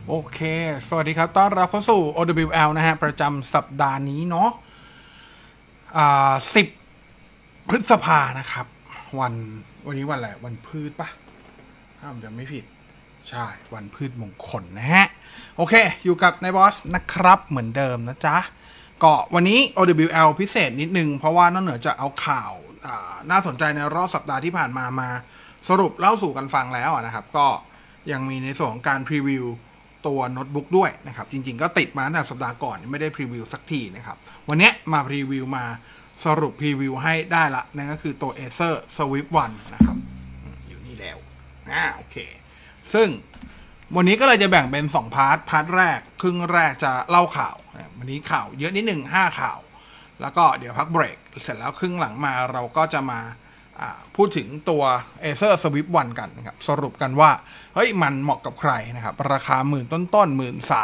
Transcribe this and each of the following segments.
โอเคสวัสดีครับต้อนรับเข้าสู่ OWL นะฮะประจำสัปดาห์นี้เนาะ10พฤษภานะครับวันนี้วันอะไรวันพืชปะถ้าผมจำไม่ผิดใช่วันพืชมงคลนะฮะโอเคอยู่กับนายบอสนะครับเหมือนเดิมนะจ๊ะก็วันนี้ OWL พิเศษนิดนึงเพราะว่านอกเหนือจะเอาข่าวน่าสนใจในรอบสัปดาห์ที่ผ่านมาสรุปเล่าสู่กันฟังแล้วนะครับก็ยังมีในส่วนของการพรีวิวตัวโน้ตบุ๊กด้วยนะครับจริงๆก็ติดมาตั้งแต่สัปดาห์ก่อนไม่ได้พรีวิวสักทีนะครับวันนี้มาพรีวิวมาสรุปพรีวิวให้ได้ละนั่นก็คือตัว Acer Swift 1นะครับอยู่นี่แล้วโอเคซึ่งวันนี้ก็เลยจะแบ่งเป็น2พาร์ทแรกครึ่งแรกจะเล่าข่าววันนี้ข่าวเยอะนิดหนึ่ง5ข่าวแล้วก็เดี๋ยวพักเบรกเสร็จแล้วครึ่งหลังมาเราก็จะมาพูดถึงตัว Acer Swift 1กันนะครับสรุปกันว่าเฮ้ยมันเหมาะกับใครนะครับราคาหมื่นต้นๆ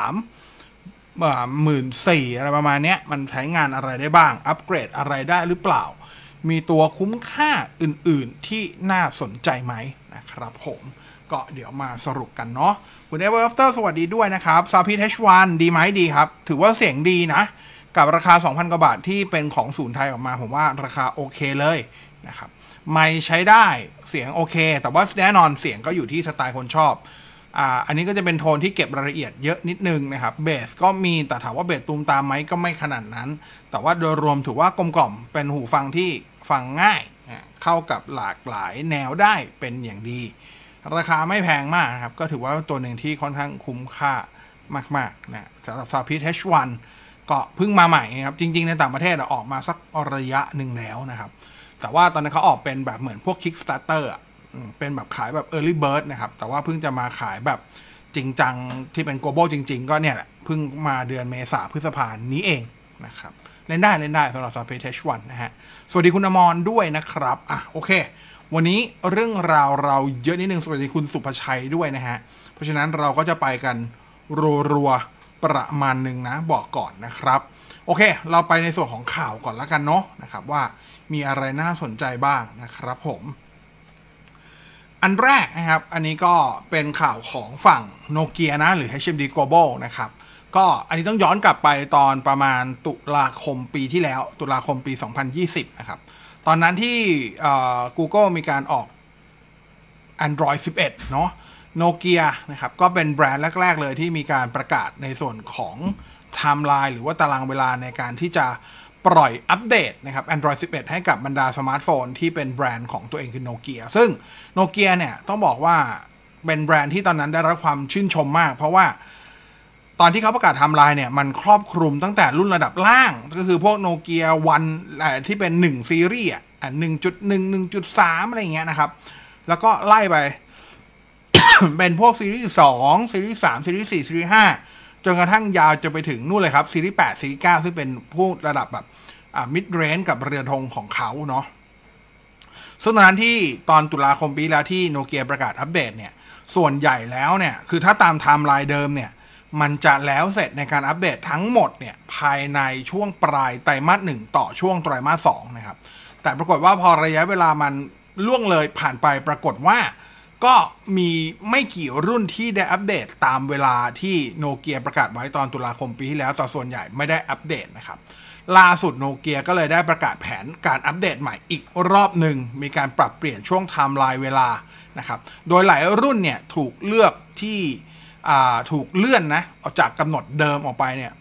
14,000อะไรประมาณนี้มันใช้งานอะไรได้บ้างอัปเกรดอะไรได้หรือเปล่ามีตัวคุ้มค่าอื่นๆที่น่าสนใจไหมนะครับผมก็เดี๋ยวมาสรุปกันเนาะคุณเอเวอร์อัฟเตอร์สวัสดีด้วยนะครับซาพี H1 ดีไหมดีครับถือว่าเสียงดีนะกับราคา 2,000 กว่าบาทที่เป็นของศูนย์ไทยออกมาผมว่าราคาโอเคเลยนะครับไม่ใช้ได้เสียงโอเคแต่ว่าแน่นอนเสียงก็อยู่ที่สไตล์คนชอบอันนี้ก็จะเป็นโทนที่เก็บรายละเอียดเยอะนิดนึงนะครับเบสก็มีแต่ถามว่าเบสตูมตามไหมก็ไม่ขนาดนั้นแต่ว่าโดยรวมถือว่ากลมกล่อมเป็นหูฟังที่ฟังง่ายเข้ากับหลากหลายแนวได้เป็นอย่างดีราคาไม่แพงมากครับก็ถือว่าตัวหนึ่งที่ค่อนข้างคุ้มค่ามากๆนะสำหรับ Surface H1 ก็เพิ่งมาใหม่ครับจริงๆในต่างประเทศออกมาสักระยะหนึ่งแล้วนะครับแต่ว่าตอนนั้นเขาออกเป็นแบบเหมือนพวก Kickstarter เป็นแบบขายแบบ Early Bird นะครับแต่ว่าเพิ่งจะมาขายแบบจริงจังที่เป็น global จริงๆก็เนี่ยแหละเพิ่งมาเดือนเมษาพฤษภาคมนี้เองนะครับเล่นได้สำหรับ Surface H1 นะฮะสวัสดีคุณอมรด้วยนะครับโอเควันนี้เรื่องราวเราเยอะนิดนึงสวัสดีคุณสุภชัยด้วยนะฮะเพราะฉะนั้นเราก็จะไปกันรัวๆประมาณหนึ่งนะบอกก่อนนะครับโอเคเราไปในส่วนของข่าวก่อนแล้วกันเนาะนะครับว่ามีอะไรน่าสนใจบ้างนะครับผมอันแรกนะครับอันนี้ก็เป็นข่าวของฝั่งโนเกียนะหรือ HMD Global นะครับก็อันนี้ต้องย้อนกลับไปตอนประมาณตุลาคมปีที่แล้วตุลาคมปี 2020 นะครับตอนนั้นที่Google มีการออก Android 11 เนาะโนเกียนะครับก็เป็นแบรนด์แรกๆเลยที่มีการประกาศในส่วนของไทม์ไลน์หรือว่าตารางเวลาในการที่จะปล่อยอัปเดตนะครับ Android 11 ให้กับบรรดาสมาร์ทโฟนที่เป็นแบรนด์ของตัวเองคือโนเกียซึ่งโนเกียเนี่ยต้องบอกว่าเป็นแบรนด์ที่ตอนนั้นได้รับความชื่นชมมากเพราะว่าตอนที่เขาประกาศไทม์ไลน์เนี่ยมันครอบคลุมตั้งแต่รุ่นระดับล่างก็คือพวกโนเกียวันที่เป็น1ซีรีส์1.1 1.3 อะไรอย่างเงี้ยนะครับแล้วก็ไล่ไป เป็นพวกซีรีส์2ซีรีส์3ซีรีส์4ซีรีส์5จนกระทั่งยาวจะไปถึงนู่นเลยครับซีรีส์8ซีรีส์9ซึ่งเป็นพวกระดับแบบมิดเรนจ์กับเรือธงของเขาเนาะซึ่งตอนนั้นที่ตอนตุลาคมปีแล้วที่โนเกียประกาศอัปเดตเนี่ยส่วนใหญ่แล้วเนี่ยคือถ้าตามไทม์ไลน์เดิมเนี่ยมันจะแล้วเสร็จในการอัปเดตทั้งหมดเนี่ยภายในช่วงปลายไตรมาส1ต่อช่วงไตรมาส2นะครับแต่ปรากฏว่าพอระยะเวลามันล่วงเลยผ่านไปปรากฏว่าก็มีไม่กี่รุ่นที่ได้อัปเดตตามเวลาที่โนเกียประกาศไว้ตอนตุลาคมปีที่แล้วแต่ส่วนใหญ่ไม่ได้อัปเดตนะครับล่าสุดโนเกียก็เลยได้ประกาศแผนการอัปเดตใหม่อีกรอบหนึ่งมีการปรับเปลี่ยนช่วงไทม์ไลน์เวลานะครับโดยหลายรุ่นเนี่ยถูกเลือกที่ถูกเลื่อนนะออกจากกำหนดเดิมออกไปเนี่ย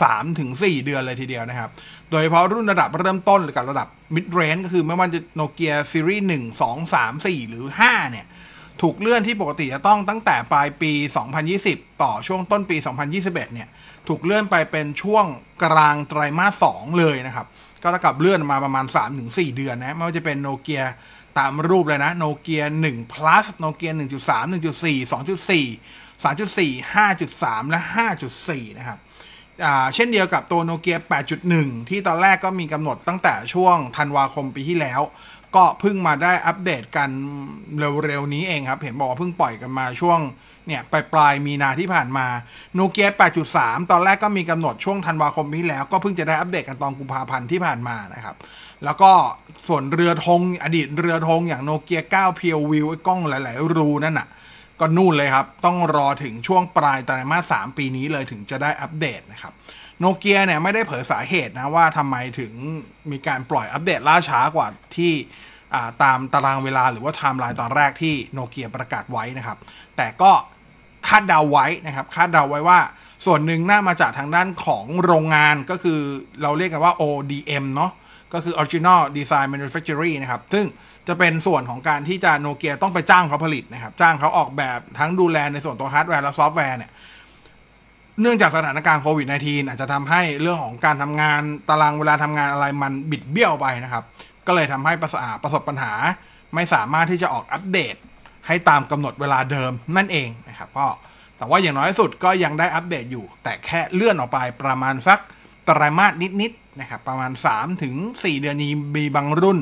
3-4 เดือนเลยทีเดียวนะครับโดยเฉพาะรุ่นระดับเริ่มต้นหรือกับระดับ mid range ก็คือไม่ว่าจะโนเกียซีรีส์1 2 3 4หรือ5เนี่ยถูกเลื่อนที่ปกติจะต้องตั้งแต่ปลายปี 2020 ต่อช่วงต้นปี 2021 เนี่ยถูกเลื่อนไปเป็นช่วงกลางไตรมาส 2 เลยนะครับก็เท่ากับเลื่อนมาประมาณ 3-4 เดือนนะไม่ว่าจะเป็นโนเกียตามรูปเลยนะโนเกีย1 plus โนเกีย 1.3 1.4 2.4 3.4 5.3 และ 5.4 นะครับเช่นเดียวกับตัวโนเกีย 8.1 ที่ตอนแรกก็มีกำหนดตั้งแต่ช่วงธันวาคมปีที่แล้วก็เพิ่งมาได้อัปเดตกันเร็วๆนี้เองครับเห็นบอกว่าเพิ่งปล่อยกันมาช่วงเนี่ยปลายมีนาที่ผ่านมาโนเกีย 8.3 ตอนแรกก็มีกำหนดช่วงธันวาคมปีที่แล้วก็เพิ่งจะได้อัปเดตกันตอนกุมภาพันธ์ที่ผ่านมานะครับแล้วก็ส่วนเรือธงอดีตเรือธงอย่างโนเกีย 9 Pure View ไอ้กล้องหลายๆรูนั่นน่ะก็นู่นเลยครับต้องรอถึงช่วงปลายไตรมาส3ปีนี้เลยถึงจะได้อัปเดตนะครับโนเกียเนี่ยไม่ได้เผยสาเหตุนะว่าทำไมถึงมีการปล่อยอัปเดตล่าช้ากว่าที่ตามตารางเวลาหรือว่าไทม์ไลน์ตอนแรกที่โนเกียประกาศไว้นะครับแต่ก็คาดเดาไว้นะครับคาดเดาไว้ว่าส่วนหนึ่งน่ามาจากทางด้านของโรงงานก็คือเราเรียกกันว่า ODM เนาะก็คือ Original Design Manufacturing นะครับซึ่งจะเป็นส่วนของการที่จะโนเกียต้องไปจ้างเขาผลิตนะครับจ้างเขาออกแบบทั้งดูแลในส่วนตัวฮาร์ดแวร์และซอฟต์แวร์เนี่ยเนื่องจากสถานการณ์โควิด -19 อาจจะทำให้เรื่องของการทำงานตารางเวลาทำงานอะไรมันบิดเบี้ยวไปนะครับก็เลยทำให้ประสบปัญหาไม่สามารถที่จะออกอัปเดตให้ตามกำหนดเวลาเดิมนั่นเองนะครับก็แต่ว่าอย่างน้อยสุดก็ยังได้อัปเดตอยู่แต่แค่เลื่อนออกไปประมาณสักไตรมาสนิดๆนะครับประมาณ 3-4 เดือนนี้มีบางรุ่น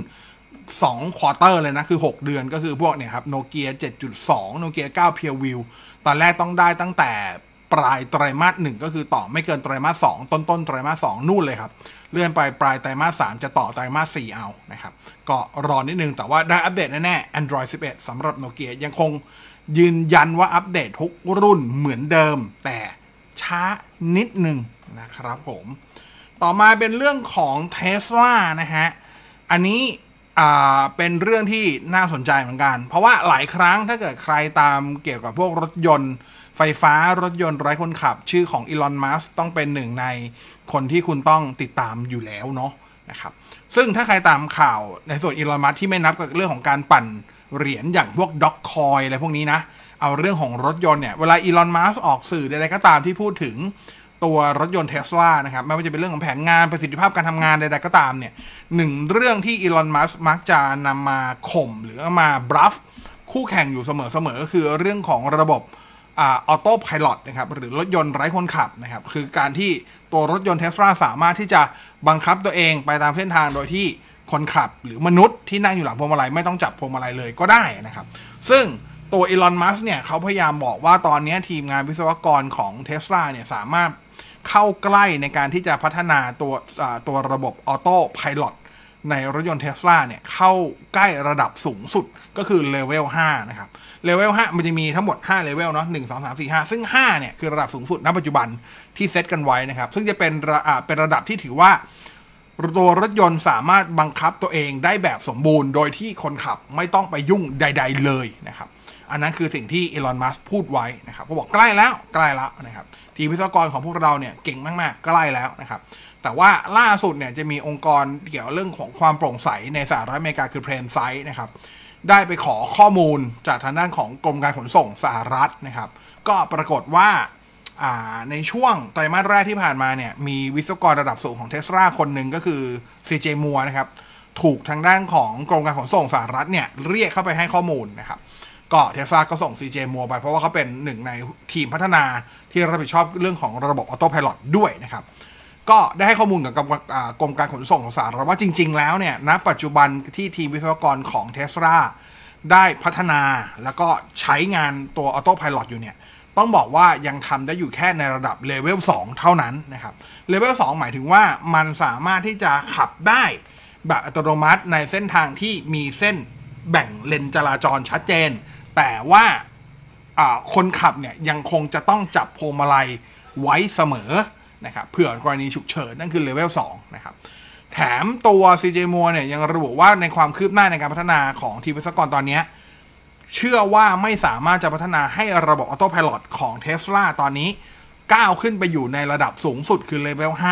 2ควอเตอร์เลยนะคือ6เดือนก็คือพวกเนี่ยครับโนเกีย 7.2 โนเกีย 9 PureView ตอนแรกต้องได้ตั้งแต่ปลายไตรมาส1ก็คือต่อไม่เกินไตรมาส2ต้นไตรมาส2นู่นเลยครับเลื่อนไปปลายไตรมาส3จะต่อไตรมาส4เอานะครับก็รอนิดนึงแต่ว่าได้อัปเดตแน่ๆ Android 11สำหรับโนเกียยังคงยืนยันว่าอัปเดตทุกรุ่นเหมือนเดิมแต่ช้านิดนึงนะครับผมต่อมาเป็นเรื่องของ Tesla นะฮะอันนี้เป็นเรื่องที่น่าสนใจเหมือนกันเพราะว่าหลายครั้งถ้าเกิดใครตามเกี่ยวกับพวกรถยนต์ไฟฟ้ารถยนต์ไร้คนขับชื่อของอีลอน มัสก์ต้องเป็นหนึ่งในคนที่คุณต้องติดตามอยู่แล้วเนาะนะครับซึ่งถ้าใครตามข่าวในส่วนอีลอน มัสก์ที่ไม่นับกับเรื่องของการปั่นเหรียญอย่างพวกด็อกคอยอะไรพวกนี้นะเอาเรื่องของรถยนต์เนี่ยเวลาอีลอน มัสก์ออกสื่อใดๆก็ตามที่พูดถึงตัวรถยนต์ Tesla นะครับไม่ว่าจะเป็นเรื่องของแผนงานประสิทธิภาพการทำงานใดๆก็ตามเนี่ยหนึ่งเรื่องที่อีลอน มัสก์มักจะนำมาข่มหรือมาบลัฟคู่แข่งอยู่เสมอๆก็คือเรื่องของระบบออโต้ไพลอตนะครับหรือรถยนต์ไร้คนขับนะครับคือการที่ตัวรถยนต์ Tesla สามารถที่จะบังคับตัวเองไปตามเส้นทางโดยที่คนขับหรือมนุษย์ที่นั่งอยู่หลังพวงมาลัยไม่ต้องจับพวงมาลัยเลยก็ได้นะครับซึ่งตัวอีลอน มัสก์เนี่ยเขาพยายามบอกว่าตอนนี้ทีมงานวิศวกรของ Tesla เนี่ยสามารถเข้าใกล้ในการที่จะพัฒนาตัวระบบออโต้ไพลอตในรถยนต์ Tesla เนี่ยเข้าใกล้ระดับสูงสุดก็คือเลเวล5นะครับเลเวล5มันจะมีทั้งหมด5เลเวลเนาะ1 2 3 4 5ซึ่ง5เนี่ยคือระดับสูงสุดณปัจจุบันที่เซตกันไว้นะครับซึ่งจะเป็นระดับที่ถือว่าตัวรถยนต์สามารถบังคับตัวเองได้แบบสมบูรณ์โดยที่คนขับไม่ต้องไปยุ่งใดๆเลยนะครับอันนั้นคือสิ่งที่อีลอน มัสก์พูดไว้นะครับเขาบอกใกล้แล้วนะครับทีมวิศวกรของพวกเราเนี่ยเก่งมากๆใกล้แล้วนะครับแต่ว่าล่าสุดเนี่ยจะมีองค์กรเกี่ยวเรื่องของความโปร่งใสในสหรัฐอเมริกาคือเพลนไซต์นะครับได้ไปขอข้อมูลจากทางด้านของกรมการขนส่งสหรัฐนะครับก็ปรากฏว่าในช่วงไตรมาสแรกที่ผ่านมาเนี่ยมีวิศวกรระดับสูงของ Tesla คนหนึ่งก็คือ CJ Moore นะครับถูกทางด้านของกรมการขนส่งสหรัฐเนี่ยเรียกเข้าไปให้ข้อมูลนะครับก็เทสลาก็ส่ง CJ Moore ไปเพราะว่าเขาเป็นหนึ่งในทีมพัฒนาที่รับผิดชอบเรื่องของระบบออโต้ไพลอตด้วยนะครับก็ได้ให้ข้อมูลกับกรมการขนส่งของสหรัฐว่าจริงๆแล้วเนี่ยณปัจจุบันที่ทีมวิศวกรของ Tesla ได้พัฒนาแล้วก็ใช้งานตัวออโต้ไพลอตอยู่เนี่ยต้องบอกว่ายังทำได้อยู่แค่ในระดับเลเวล2เท่านั้นนะครับเลเวล2หมายถึงว่ามันสามารถที่จะขับได้แบบอัตโนมัติในเส้นทางที่มีเส้นแบ่งเลนจราจรชัดเจนแต่ว่าคนขับเนี่ยยังคงจะต้องจับพวงมาลัยไว้เสมอนะครับเผื่อกรณีฉุกเฉินนั่นคือเลเวล2นะครับแถมตัว CJ Moore เนี่ยยังระบุว่าในความคืบหน้าในการพัฒนาของทีมวิศวกรตอนนี้เชื่อว่าไม่สามารถจะพัฒนาให้ระบบออโต้ไพลอตของ Tesla ตอนนี้ก้าวขึ้นไปอยู่ในระดับสูงสุดคือเลเวล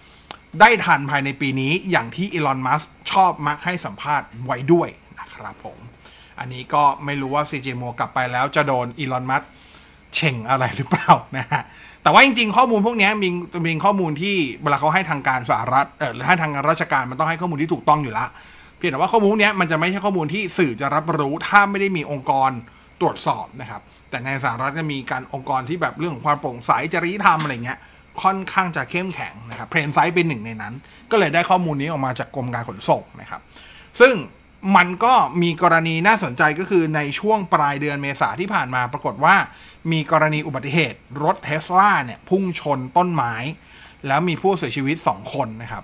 5ได้ทันภายในปีนี้อย่างที่อีลอน มัสก์ชอบมักให้สัมภาษณ์ไว้ด้วยนะครับผมอันนี้ก็ไม่รู้ว่า CJ Moore กลับไปแล้วจะโดนอีลอน มัสก์เฉ่งอะไรหรือเปล่านะฮะแต่ว่าจริงๆข้อมูลพวกนี้มีข้อมูลที่เวลาเขาให้ทางการสหรัฐหรือให้ทางราชการมันต้องให้ข้อมูลที่ถูกต้องอยู่แล้วเพียงแต่ว่าข้อมูลนี้มันจะไม่ใช่ข้อมูลที่สื่อจะรับรู้ถ้าไม่ได้มีองค์กรตรวจสอบนะครับแต่ในสหรัฐจะมีการองค์กรที่แบบเรื่องของความโปร่งใสจริยธรรมอะไรเงี้ยค่อนข้างจะเข้มแข็งนะครับเพลนไซต์เป็นหนึ่งในนั้นก็เลยได้ข้อมูลนี้ออกมาจากกรมการขนส่งนะครับซึ่งมันก็มีกรณีน่าสนใจก็คือในช่วงปลายเดือนเมษาที่ผ่านมาปรากฏว่ามีกรณีอุบัติเหตุรถ Tesla เนี่ยพุ่งชนต้นไม้แล้วมีผู้เสียชีวิต2คนนะครับ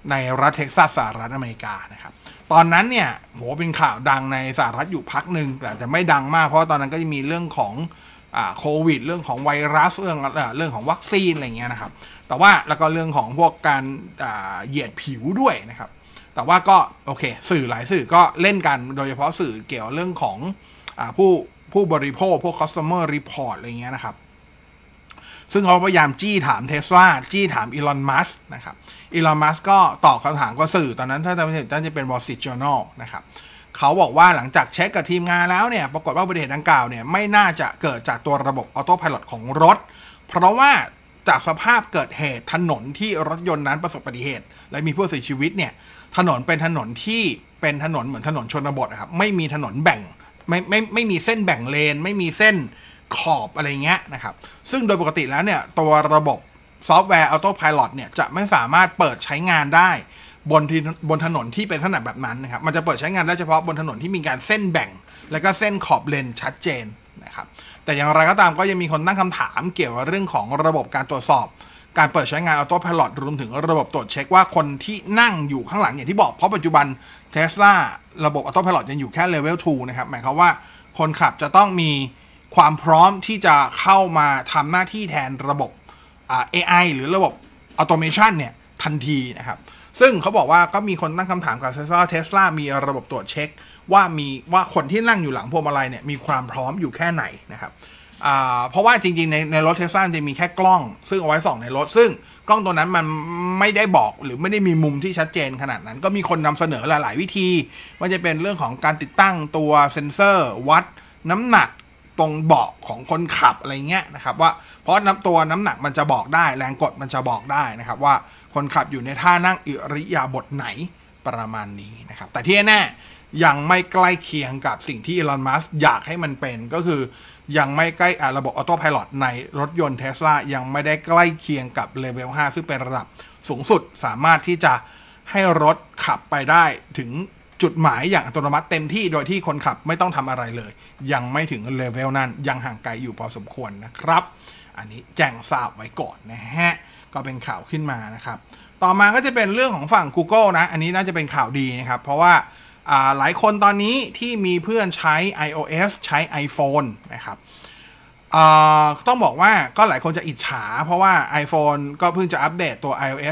ในรัฐเท็กซัสสหรัฐอเมริกานะครับตอนนั้นเนี่ยโหเป็นข่าวดังในสหรัฐอยู่พักหนึ่งแต่ไม่ดังมากเพราะตอนนั้นก็จะมีเรื่องของโควิดเรื่องของไวรัสเรื่องของวัคซีนอะไรเงี้ยนะครับแต่ว่าแล้วก็เรื่องของพวกการเหยียดผิวด้วยนะครับแต่ว่าก็โอเคสื่อหลายสื่อก็เล่นกันโดยเฉพาะสื่อเกี่ยวเรื่องของผู้บริโภคพวก customer report อะไรเงี้ยนะครับซึ่งเขาพยายามจี้ถาม Tesla จี้ถามอีลอนมัสก์นะครับอีลอนมัสก์ก็ตอบคำถามกับสื่อตอนนั้นถ้าจำไม่ผิดน่าจะเป็น Wall Street Journal นะครับเขาบอกว่าหลังจากเช็คกับทีมงานแล้วเนี่ยปรากฏว่าอุบัติเหตุดังกล่าวเนี่ยไม่น่าจะเกิดจากตัวระบบออโต้ไพลอตของรถเพราะว่าจากสภาพเกิดเหตุถนนที่รถยนต์นั้นประสบอุบัติเหตุและมีผู้เสียชีวิตเนี่ยถนนเป็นถนนที่เป็นถนนเหมือนถนนชนบทครับไม่มีถนนแบ่งไม่มีเส้นแบ่งเลนไม่มีเส้นขอบอะไรเงี้ยนะครับซึ่งโดยปกติแล้วเนี่ยตัวระบบซอฟต์แวร์ออโต้ไพลอตเนี่ยจะไม่สามารถเปิดใช้งานได้บนถนนที่เป็นลักษณะแบบนั้นนะครับมันจะเปิดใช้งานได้เฉพาะบนถนนที่มีการเส้นแบ่งแล้วก็เส้นขอบเลนชัดเจนนะครับแต่อย่างไรก็ตามก็ยังมีคนตั้งคำถามเกี่ยวกับเรื่องของระบบการตรวจสอบการเปิดใช้งานออโต้ไพลอตรวมถึงระบบตรวจเช็คว่าคนที่นั่งอยู่ข้างหลังอย่างที่บอกเพราะปัจจุบัน Tesla ระบบออโต้ไพลอตยังอยู่แค่เลเวล 2 นะครับหมายความว่าคนขับจะต้องมีความพร้อมที่จะเข้ามาทำหน้าที่แทนระบบAI หรือระบบออโตเมชันเนี่ยทันทีนะครับซึ่งเขาบอกว่าก็มีคนตั้งคำถามกับ Tesla มีระบบตรวจเช็คว่าคนที่นั่งอยู่หลังพวงมาลัยเนี่ยมีความพร้อมอยู่แค่ไหนนะครับเพราะว่าจริงๆในรถ Tesla จะมีแค่กล้องซึ่งเอาไว้ส่องในรถซึ่งกล้องตัวนั้นมันไม่ได้บอกหรือไม่ได้มีมุมที่ชัดเจนขนาดนั้นก็มีคนนำเสนอหลายๆวิธีว่าจะเป็นเรื่องของการติดตั้งตัวเซ็นเซอร์วัดน้ำหนักตรงเบาะของคนขับอะไรเงี้ยนะครับว่าเพราะตัวน้ำหนักมันจะบอกได้แรงกดมันจะบอกได้นะครับว่าคนขับอยู่ในท่านั่งอิริยาบถไหนประมาณนี้นะครับแต่ที่แน่ยังไม่ใกล้เคียงกับสิ่งที่อีลอนมัสก์อยากให้มันเป็นก็คือยังไม่ใกล้ระบบออโต้ไพลอตในรถยนต์ Tesla ยังไม่ได้ใกล้เคียงกับเลเวล 5 ซึ่งเป็นระดับสูงสุดสามารถที่จะให้รถขับไปได้ถึงจุดหมายอย่างอัตโนมัติเต็มที่โดยที่คนขับไม่ต้องทำอะไรเลยยังไม่ถึงเลเวลนั้นยังห่างไกลอยู่พอสมควรนะครับอันนี้แจ้งทราบไว้ก่อนนะฮะก็เป็นข่าวขึ้นมานะครับต่อมาก็จะเป็นเรื่องของฝั่ง Google นะอันนี้น่าจะเป็นข่าวดีนะครับเพราะว่าหลายคนตอนนี้ที่มีเพื่อนใช้ iOS ใช้ iPhone นะครับต้องบอกว่าก็หลายคนจะอิจฉาเพราะว่า iPhone ก็เพิ่งจะอัปเดตตัว iOS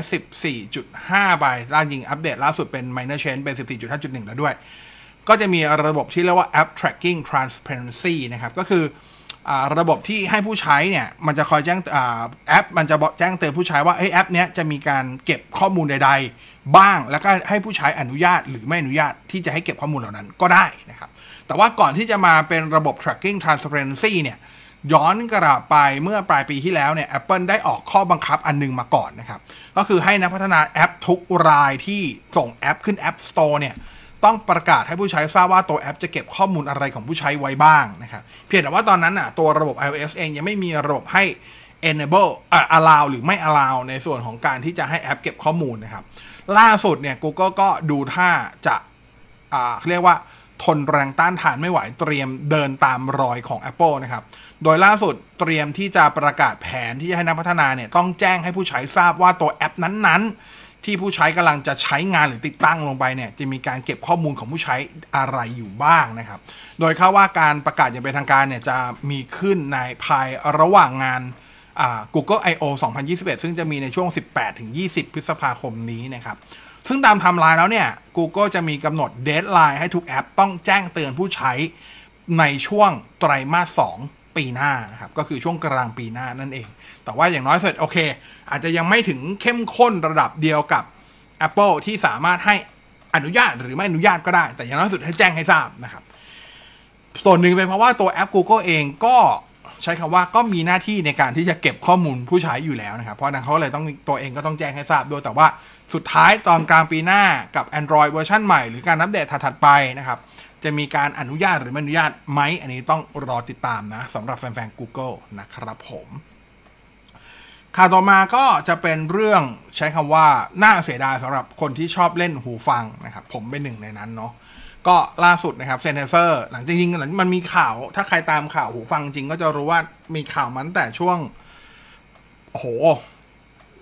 14.5 ไปล่าจริงอัปเดตล่าสุดเป็น minor change เป็น 14.5.1 แล้วด้วยก็จะมีระบบที่เรียกว่า App Tracking Transparency นะครับก็คือระบบที่ให้ผู้ใช้เนี่ยมันจะคอยแจ้งแอปมันจะแจ้งเตือนผู้ใช้ว่าแอปเนี้ยจะมีการเก็บข้อมูลใดๆบ้างแล้วก็ให้ผู้ใช้อนุญาตหรือไม่อนุญาตที่จะให้เก็บข้อมูลเหล่านั้นก็ได้นะครับแต่ว่าก่อนที่จะมาเป็นระบบ Tracking Transparency เนี่ยย้อนกลับไปเมื่อปลายปีที่แล้วเนี่ย Apple ได้ออกข้อบังคับอันนึงมาก่อนนะครับก็คือให้นักพัฒนาแอปทุกรายที่ส่งแอปขึ้น App Store เนี่ยต้องประกาศให้ผู้ใช้ทราบว่าตัวแอปจะเก็บข้อมูลอะไรของผู้ใช้ไว้บ้างนะครับเพียงแต่ว่าตอนนั้นตัวระบบ iOS เองยังไม่มีระบบให้ enable allow หรือไม่ allow ในส่วนของการที่จะให้แอปเก็บข้อมูลนะครับล่าสุดเนี่ย Google ก็ดูท่าจะเรียกว่าทนแรงต้านทานไม่ไหวเตรียมเดินตามรอยของ Apple นะครับโดยล่าสุดเตรียมที่จะประกาศแผนที่จะให้นักพัฒนาเนี่ยต้องแจ้งให้ผู้ใช้ทราบว่าตัวแอปนั้นๆที่ผู้ใช้กำลังจะใช้งานหรือติดตั้งลงไปเนี่ยจะมีการเก็บข้อมูลของผู้ใช้อะไรอยู่บ้างนะครับโดยคาดว่าการประกาศอย่างเป็นทางการเนี่ยจะมีขึ้นในภายระหว่างงานGoogle I/O 2021 ซึ่งจะมีในช่วง 18-20 พฤษภาคมนี้นะครับซึ่งตามไทม์ไลน์แล้วเนี่ย Google จะมีกำหนดเดดไลน์ให้ทุกแอปต้องแจ้งเตือนผู้ใช้ในช่วงไตรมาส 2 ปีหน้านะครับก็คือช่วงกลางปีหน้านั่นเองแต่ว่าอย่างน้อยสุดโอเคอาจจะยังไม่ถึงเข้มข้นระดับเดียวกับ Apple ที่สามารถให้อนุญาตหรือไม่อนุญาตก็ได้แต่อย่างน้อยสุดให้แจ้งให้ทราบนะครับส่วนหนึ่งเป็นเพราะว่าตัวแอป Google เองก็ใช้คำว่าก็มีหน้าที่ในการที่จะเก็บข้อมูลผู้ใช้อยู่แล้วนะครับเพราะนั้นเขาเลยต้องตัวเองก็ต้องแจ้งให้ทราบด้วยแต่ว่าสุดท้ายตอนกลางปีหน้ากับ Android เวอร์ชันใหม่หรือการอัปเดตถัดๆไปนะครับจะมีการอนุญาตหรือไม่อนุญาตไหมอันนี้ต้องรอติดตามนะสำหรับแฟนๆ Google นะครับผมข่าวต่อมาก็จะเป็นเรื่องใช้คำว่าน่าเสียดายสำหรับคนที่ชอบเล่นหูฟังนะครับผมเป็นหนึ่งในนั้นเนาะก็ล่าสุดนะครับเซนเซอร์หลังจริงๆมันมีข่าวถ้าใครตามข่าวหูฟังจริงก็จะรู้ว่ามีข่าวมันแต่ช่วงโอ้โห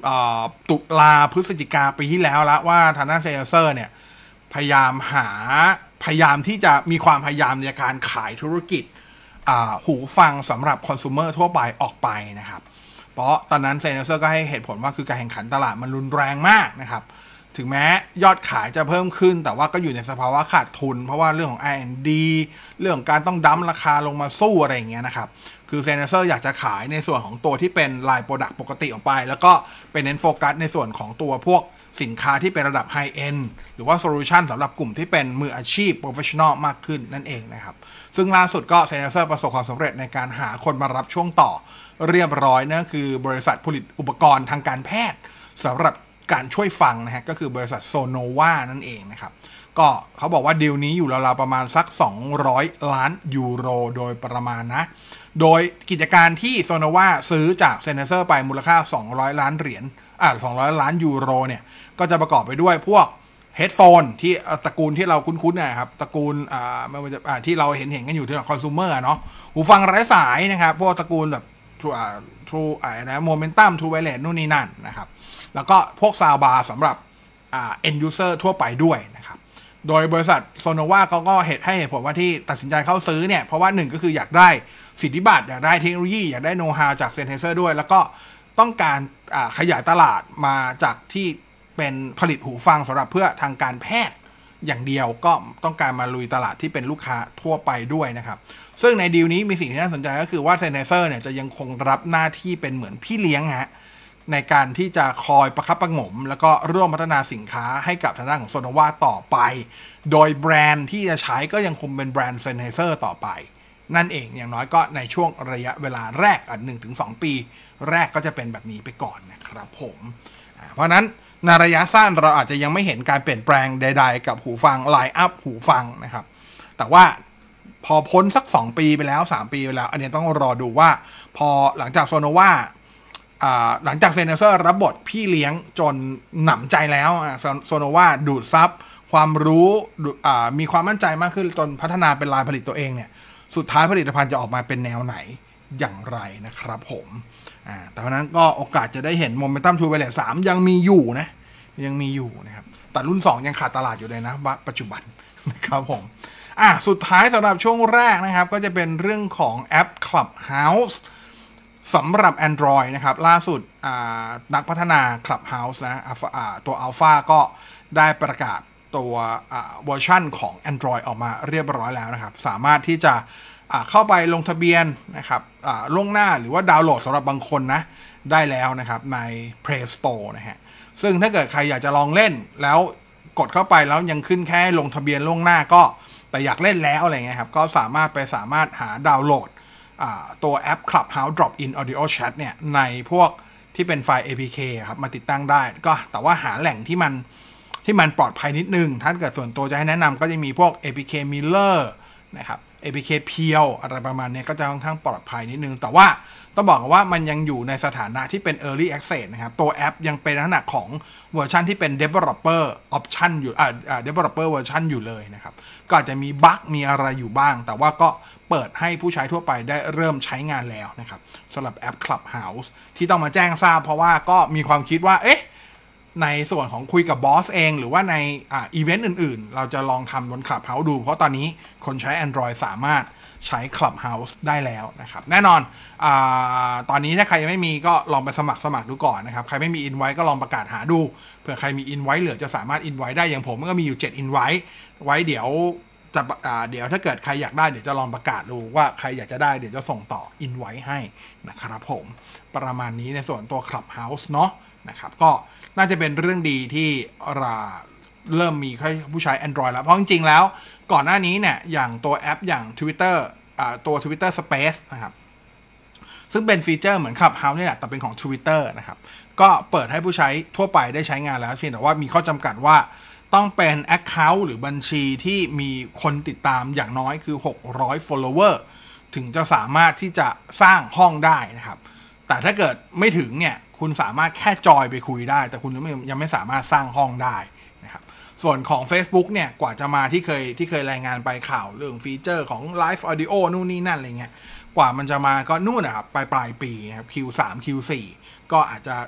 ตุลาพฤศจิกาปีที่แล้วแล้วว่าทางด้านเซนเซอร์เนี่ยพยายามที่จะมีความพยายามในการขายธุรกิจหูฟังสำหรับคอน sumer ทั่วไปออกไปนะครับเพราะตอนนั้นเซนเซอร์ก็ให้เหตุผลว่าคือการแข่งขันตลาดมันรุนแรงมากนะครับถึงแม้ยอดขายจะเพิ่มขึ้นแต่ว่าก็อยู่ในสภาวะขาดทุนเพราะว่าเรื่องของ R&D เรื่องของการต้องดั้มราคาลงมาสู้อะไรอย่างเงี้ยนะครับคือเซนเซอร์อยากจะขายในส่วนของตัวที่เป็นไลน์โปรดักต์ปกติออกไปแล้วก็เป็นเน้นโฟกัสในส่วนของตัวพวกสินค้าที่เป็นระดับไฮเอ็นด์หรือว่าโซลูชันสำหรับกลุ่มที่เป็นมืออาชีพโปรเฟชชั่นอลมากขึ้นนั่นเองนะครับซึ่งล่าสุดก็เซนเซอร์ประสบความสำเร็จในการหาคนมารับช่วงต่อเรียบร้อยนั่นคือบริษัทผลิตอุปกรณ์ทางการแพทย์สำหรับการช่วยฟังนะฮะก็คือบริษัทโซโนวานั่นเองนะครับก็เขาบอกว่าดีลนี้อยู่ราวๆประมาณสัก200 ล้านยูโรโดยประมาณนะโดยกิจการที่โซโนวาซื้อจากเซนเซอร์ไปมูลค่า200 ล้านเหรียญ200 ล้านยูโรเนี่ยก็จะประกอบไปด้วยพวกเฮดโฟนที่ตระกูลที่เราคุ้นๆนะครับตระกูลไม่ว่าจะที่เราเห็นกันอยู่ที่คอน sumer เนาะหูฟังไร้สายนะครับพวกตระกูลแบบTrue โมเมนตัม True Wireless นู่นนี่นั่นนะครับแล้วก็พวกซาวบาร์สำหรับend user ทั่วไปด้วยนะครับโดยบริษัทโซโนวาเขาก็ให้เหตุผลว่าที่ตัดสินใจเข้าซื้อเนี่ยเพราะว่าหนึ่งก็คืออยากได้สิทธิบัตรอยากได้เทคโนโลยีอยากได้โน้ตฮาวจากเซนเซอร์ด้วยแล้วก็ต้องการขยายตลาดมาจากที่เป็นผลิตหูฟังสำหรับเพื่อทางการแพทย์อย่างเดียวก็ต้องการมาลุยตลาดที่เป็นลูกค้าทั่วไปด้วยนะครับซึ่งในดีลนี้มีสิ่งที่น่าสนใจก็คือว่าเซนเซอร์เนี่ยจะยังคงรับหน้าที่เป็นเหมือนพี่เลี้ยงฮะในการที่จะคอยประคับประหงมแล้วก็ร่วมพัฒนาสินค้าให้กับทางด้านของโซโนวาต่อไปโดยแบรนด์ที่จะใช้ก็ยังคงเป็นแบรนด์เซนเซอร์ต่อไปนั่นเองอย่างน้อยก็ในช่วงระยะเวลาแรก1-2 ปีแรกก็จะเป็นแบบนี้ไปก่อนนะครับผมเพราะนั้นในระยะสั้นเราอาจจะยังไม่เห็นการเปลี่ยนแปลงใดๆกับหูฟังไลน์อัพหูฟังนะครับแต่ว่าพอพ้นสัก2 ปีไปแล้ว3 ปีไปแล้วอันนี้ต้องรอดูว่าพอหลังจากโซโนวาหลังจากเซนเซอร์รับบทพี่เลี้ยงจนหนำใจแล้วโซโนวาดูดซับความรู้มีความมั่นใจมากขึ้นจนพัฒนาเป็นลายผลิตตัวเองเนี่ยสุดท้ายผลิตภัณฑ์จะออกมาเป็นแนวไหนอย่างไรนะครับผมแต่เพราะนั้นก็โอกาสจะได้เห็นโมเมนตัมทูไวเลส3ยังมีอยู่นะครับแต่รุ่น2ยังขาดตลาดอยู่เลยนะปัจจุบันนะครับผมสุดท้ายสำหรับช่วงแรกนะครับก็จะเป็นเรื่องของแอป Clubhouse สำหรับ Android นะครับล่าสุดนักพัฒนา Clubhouse นะตัว Alpha ก็ได้ประกาศตัวเวอร์ชันของ Android ออกมาเรียบร้อยแล้วนะครับสามารถที่จะเข้าไปลงทะเบียนนะครับล่วงหน้าหรือว่าดาวน์โหลดสำหรับบางคนนะได้แล้วนะครับใน Play Store นะฮะซึ่งถ้าเกิดใครอยากจะลองเล่นแล้วกดเข้าไปแล้วยังขึ้นแค่ลงทะเบียนล่วงหน้าก็แต่อยากเล่นแล้วอะไรเงี้ยครับก็สามารถหาดาวน์โหลดตัวแอป Clubhouse Drop-in Audio Chat เนี่ยในพวกที่เป็นไฟล์ APK ครับมาติดตั้งได้ก็แต่ว่าหาแหล่งที่มันปลอดภัยนิดนึงถ้าเกิดส่วนตัวจะให้แนะนำก็จะมีพวก APK Miller นะครับ APK เพียวอะไรประมาณนี้ก็จะค่อนข้างปลอดภัยนิดนึงแต่ว่าต้องบอกว่ามันยังอยู่ในสถานะที่เป็น Early Access นะครับตัวแอปยังเป็นลักษณะของเวอร์ชันที่เป็น Developer Option อยู่Developer Version อยู่เลยนะครับก็อาจจะมีบั๊กมีอะไรอยู่บ้างแต่ว่าก็เปิดให้ผู้ใช้ทั่วไปได้เริ่มใช้งานแล้วนะครับสำหรับแอป Clubhouse ที่ต้องมาแจ้งทราบเพราะว่าก็มีความคิดว่าในส่วนของคุยกับบอสเองหรือว่าในอีเวนต์อื่นๆเราจะลองทำบน Clubhouse ดูเพราะตอนนี้คนใช้ Android สามารถใช้ Clubhouse ได้แล้วนะครับแน่นอนตอนนี้ถ้าใครยังไม่มีก็ลองไปสมัครดูก่อนนะครับใครไม่มี Invite ก็ลองประกาศหาดูเผื่อใครมี Invite เหลือจะสามารถ Invite ได้อย่างผมก็มีอยู่7 Invite ไว้เดี๋ยวถ้าเกิดใครอยากได้เดี๋ยวจะลองประกาศดูว่าใครอยากจะได้เดี๋ยวจะส่งต่อ Invite ให้นะครับผมประมาณนี้ในส่วนตัว Clubhouse เนาะนะครับก็น่าจะเป็นเรื่องดีที่เริ่มมีผู้ใช้ Android แล้วเพราะจริงๆแล้วก่อนหน้านี้เนี่ยอย่างตัวแอปอย่าง Twitter ตัว Twitter Space นะครับซึ่งเป็นฟีเจอร์เหมือน Clubhouse นี่แหละแต่เป็นของ Twitter นะครับก็เปิดให้ผู้ใช้ทั่วไปได้ใช้งานแล้วเพียงแต่ว่ามีข้อจำกัดว่าต้องเป็น Account หรือบัญชีที่มีคนติดตามอย่างน้อยคือ600 follower ถึงจะสามารถที่จะสร้างห้องได้นะครับแต่ถ้าเกิดไม่ถึงเนี่ยคุณสามารถแค่จอยไปคุยได้แต่คุณยังไม่สามารถสร้างห้องได้นะครับส่วนของ Facebook เนี่ยกว่าจะมาที่เคยรายงานไปข่าวเรื่องฟีเจอร์ของ Live Audio นู่นนี่นั่นอะไรเงี้ยกว่ามันจะมาก็นู่นนะครับปลายปีนะครับ Q3 Q4 ก็อาจจะ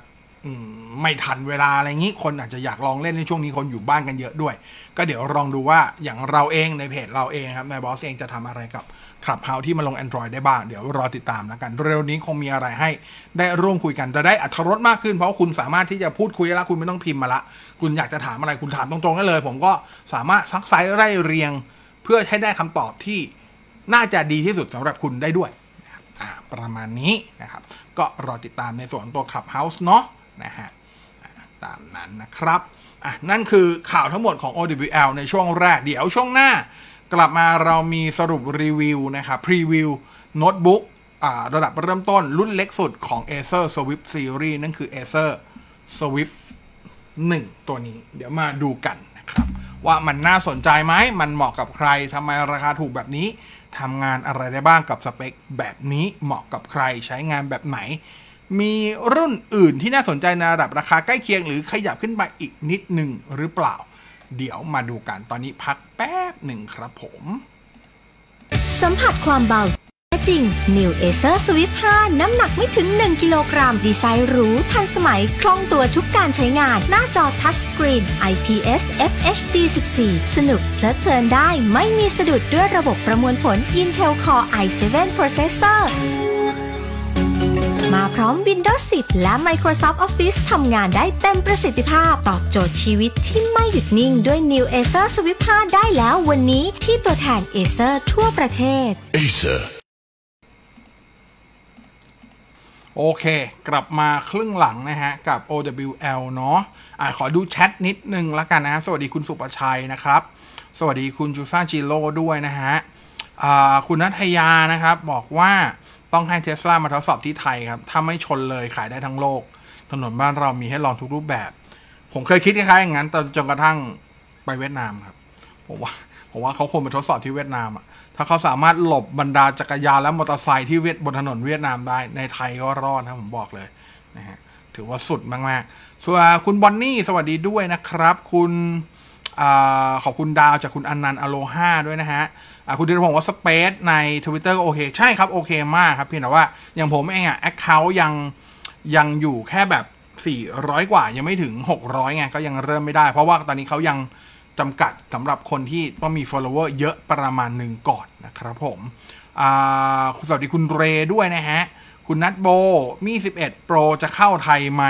ไม่ทันเวลาอะไรงี้คนอาจจะอยากลองเล่นในช่วงนี้คนอยู่บ้านกันเยอะด้วยก็เดี๋ยวลองดูว่าอย่างเราเองในเพจเราเองครับในบอสเองจะทำอะไรกับ Clubhouse ที่มาลง Android ได้บ้างเดี๋ยวรอติดตามแล้วกันเร็วนี้คงมีอะไรให้ได้ร่วมคุยกันจะได้อรรถรสมากขึ้นเพราะคุณสามารถที่จะพูดคุยแล้วคุณไม่ต้องพิมพ์มาละคุณอยากจะถามอะไรคุณถามตรงๆได้เลยผมก็สามารถซักไซส์ไล่เรียงเพื่อให้ได้คำตอบที่น่าจะดีที่สุดสำหรับคุณได้ด้วยประมาณนี้นะครับก็รอติดตามในส่วนตัว Clubhouse เนาะนะฮะตามนั้นนะครับนั่นคือข่าวทั้งหมดของ OWL ในช่วงแรกเดี๋ยวช่วงหน้ากลับมาเรามีสรุปรีวิวนะครับพรีวิวโน้ตบุ๊กระดับเริ่มต้นรุ่นเล็กสุดของ Acer Swift Series นั่นคือ Acer Swift 1 ตัวนี้เดี๋ยวมาดูกันนะครับว่ามันน่าสนใจไหมมันเหมาะกับใครทำไมราคาถูกแบบนี้ทำงานอะไรได้บ้างกับสเปคแบบนี้เหมาะกับใครใช้งานแบบไหนมีรุ่นอื่นที่น่าสนใจในระดับราคาใกล้เคียงหรือขยับขึ้นไปอีกนิดหนึ่งหรือเปล่าเดี๋ยวมาดูกันตอนนี้พักแป๊บหนึ่งครับผมสัมผัสความเบาจริง New Acer Swift 5 น้ำหนักไม่ถึง 1 กิโลกรัมดีไซน์หรูทันสมัยคล่องตัวทุกการใช้งานหน้าจอทัชสกรีน IPS FHD 14 สนุกเพลิดเพลินได้ไม่มีสะดุดด้วยระบบประมวลผล Intel Core i7 Processor มาพร้อม Windows 10 และ Microsoft Office ทำงานได้เต็มประสิทธิภาพตอบโจทย์ชีวิตที่ไม่หยุดนิ่งด้วย New Acer Swift 5 ได้แล้ววันนี้ที่ตัวแทน Acer ทั่วประเทศ Acer โอเคกลับมาครึ่งหลังนะฮะกับ OWL เนาะขอดูแชทนิดนึงแล้วกันนะสวัสดีคุณสุประชัยนะครับสวัสดีคุณจูซ่าจิโร่ด้วยนะฮะคุณนัทยานะครับบอกว่าต้องให้ Tesla มาทดสอบที่ไทยครับถ้าไม่ชนเลยขายได้ทั้งโลกถนนบ้านเรามีให้ลองทุกรูปแบบผมเคยคิดคล้ายๆอย่างนั้นจนกระทั่งไปเวียดนามครับผมว่าเขาควรไปทดสอบที่เวียดนามอ่ะถ้าเขาสามารถหลบบรรดาจักรยานและมอเตอร์ไซค์ที่บนถนนเวียดนามได้ในไทยก็รอดนะผมบอกเลยนะฮะถือว่าสุดมากๆส่วนคุณบอนนี่สวัสดีด้วยนะครับคุณขอบคุณดาวจากคุณอนันต์อโลฮาด้วยนะฮะคุณธีรพงศ์ว่าสเปซใน Twitter ก็โอเคใช่ครับโอเคมากครับเพียงแต่ว่าอย่างผมเองแอคเคาท์ยังอยู่แค่แบบ400กว่ายังไม่ถึง600ไงก็ยังเริ่มไม่ได้เพราะว่าตอนนี้เขายังจำกัดสำหรับคนที่ต้องมี follower เยอะประมาณหนึ่งก่อนนะครับผมสวัสดีคุณเรด้วยนะฮะคุณนัทโบมี11 Pro จะเข้าไทยไหม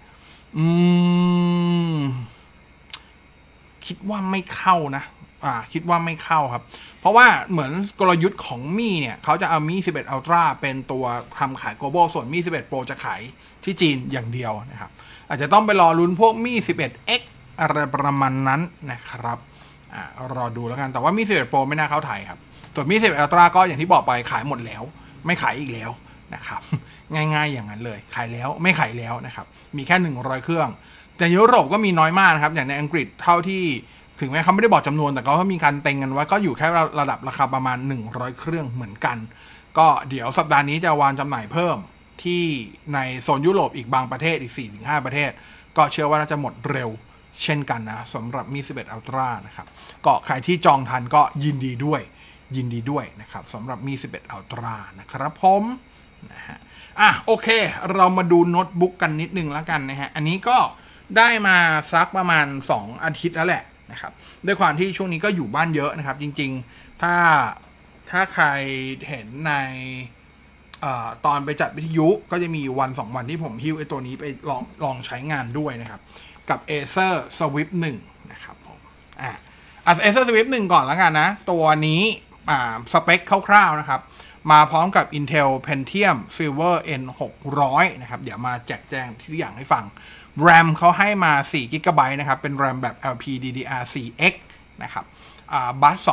คิดว่าไม่เข้านะคิดว่าไม่เข้าครับเพราะว่าเหมือนกลยุทธ์ของมี่เนี่ยเขาจะเอามี่11 Ultra เป็นตัวทำขาย global ส่วนมี่11 Pro จะขายที่จีนอย่างเดียวนะครับอาจจะต้องไปรอลุ้นพวกมี่11X อะไรประมาณนั้นนะครับรอดูแล้วกันแต่ว่ามี่11 Pro ไม่น่าเข้าไทยครับส่วนมี่11 Ultra ก็อย่างที่บอกไปขายหมดแล้วไม่ขายอีกแล้วนะครับง่ายๆอย่างนั้นเลยขายแล้วไม่ขายแล้วนะครับมีแค่100เครื่องแต่ยุโรปก็มีน้อยมากนะครับอย่างในอังกฤษเท่าที่ถึงแม้เขาไม่ได้บอกจำนวนแต่เขามีการเต็งกันไว้ก็อยู่แค่ระดับราคาประมาณ100เครื่องเหมือนกันก็เดี๋ยวสัปดาห์นี้จะวางจำหน่ายเพิ่มที่ในโซนยุโรปอีกบางประเทศอีก 4-5 ประเทศก็เชื่อว่าน่าจะหมดเร็วเช่นกันนะสำหรับมี11 Ultra นะครับก็ใครที่จองทันก็ยินดีด้วยนะครับสำหรับมี11 Ultra นะครับผมนะฮะโอเคเรามาดูโน้ตบุ๊กกันนิดนึงแล้วกันนะฮะอันนี้ก็ได้มาสักประมาณ2อาทิตย์แล้วแหละนะครับด้วยความที่ช่วงนี้ก็อยู่บ้านเยอะนะครับจริงๆถ้าใครเห็นในตอนไปจัดวิทยุก็จะมี1-2 วันที่ผมฮิ้วไอ้ตัวนี้ไปลองใช้งานด้วยนะครับกับ Acer Swift 1นะครับผมAcer Swift 1ก่อนแล้วกันนะตัวนี้สเปคคร่าวๆนะครับมาพร้อมกับ Intel Pentium Silver N600 นะครับเดี๋ยวมาแจกแจงทุกอย่างให้ฟัง RAM เขาให้มา4 GB นะครับเป็น RAM แบบ LPDDR4X นะครับบัส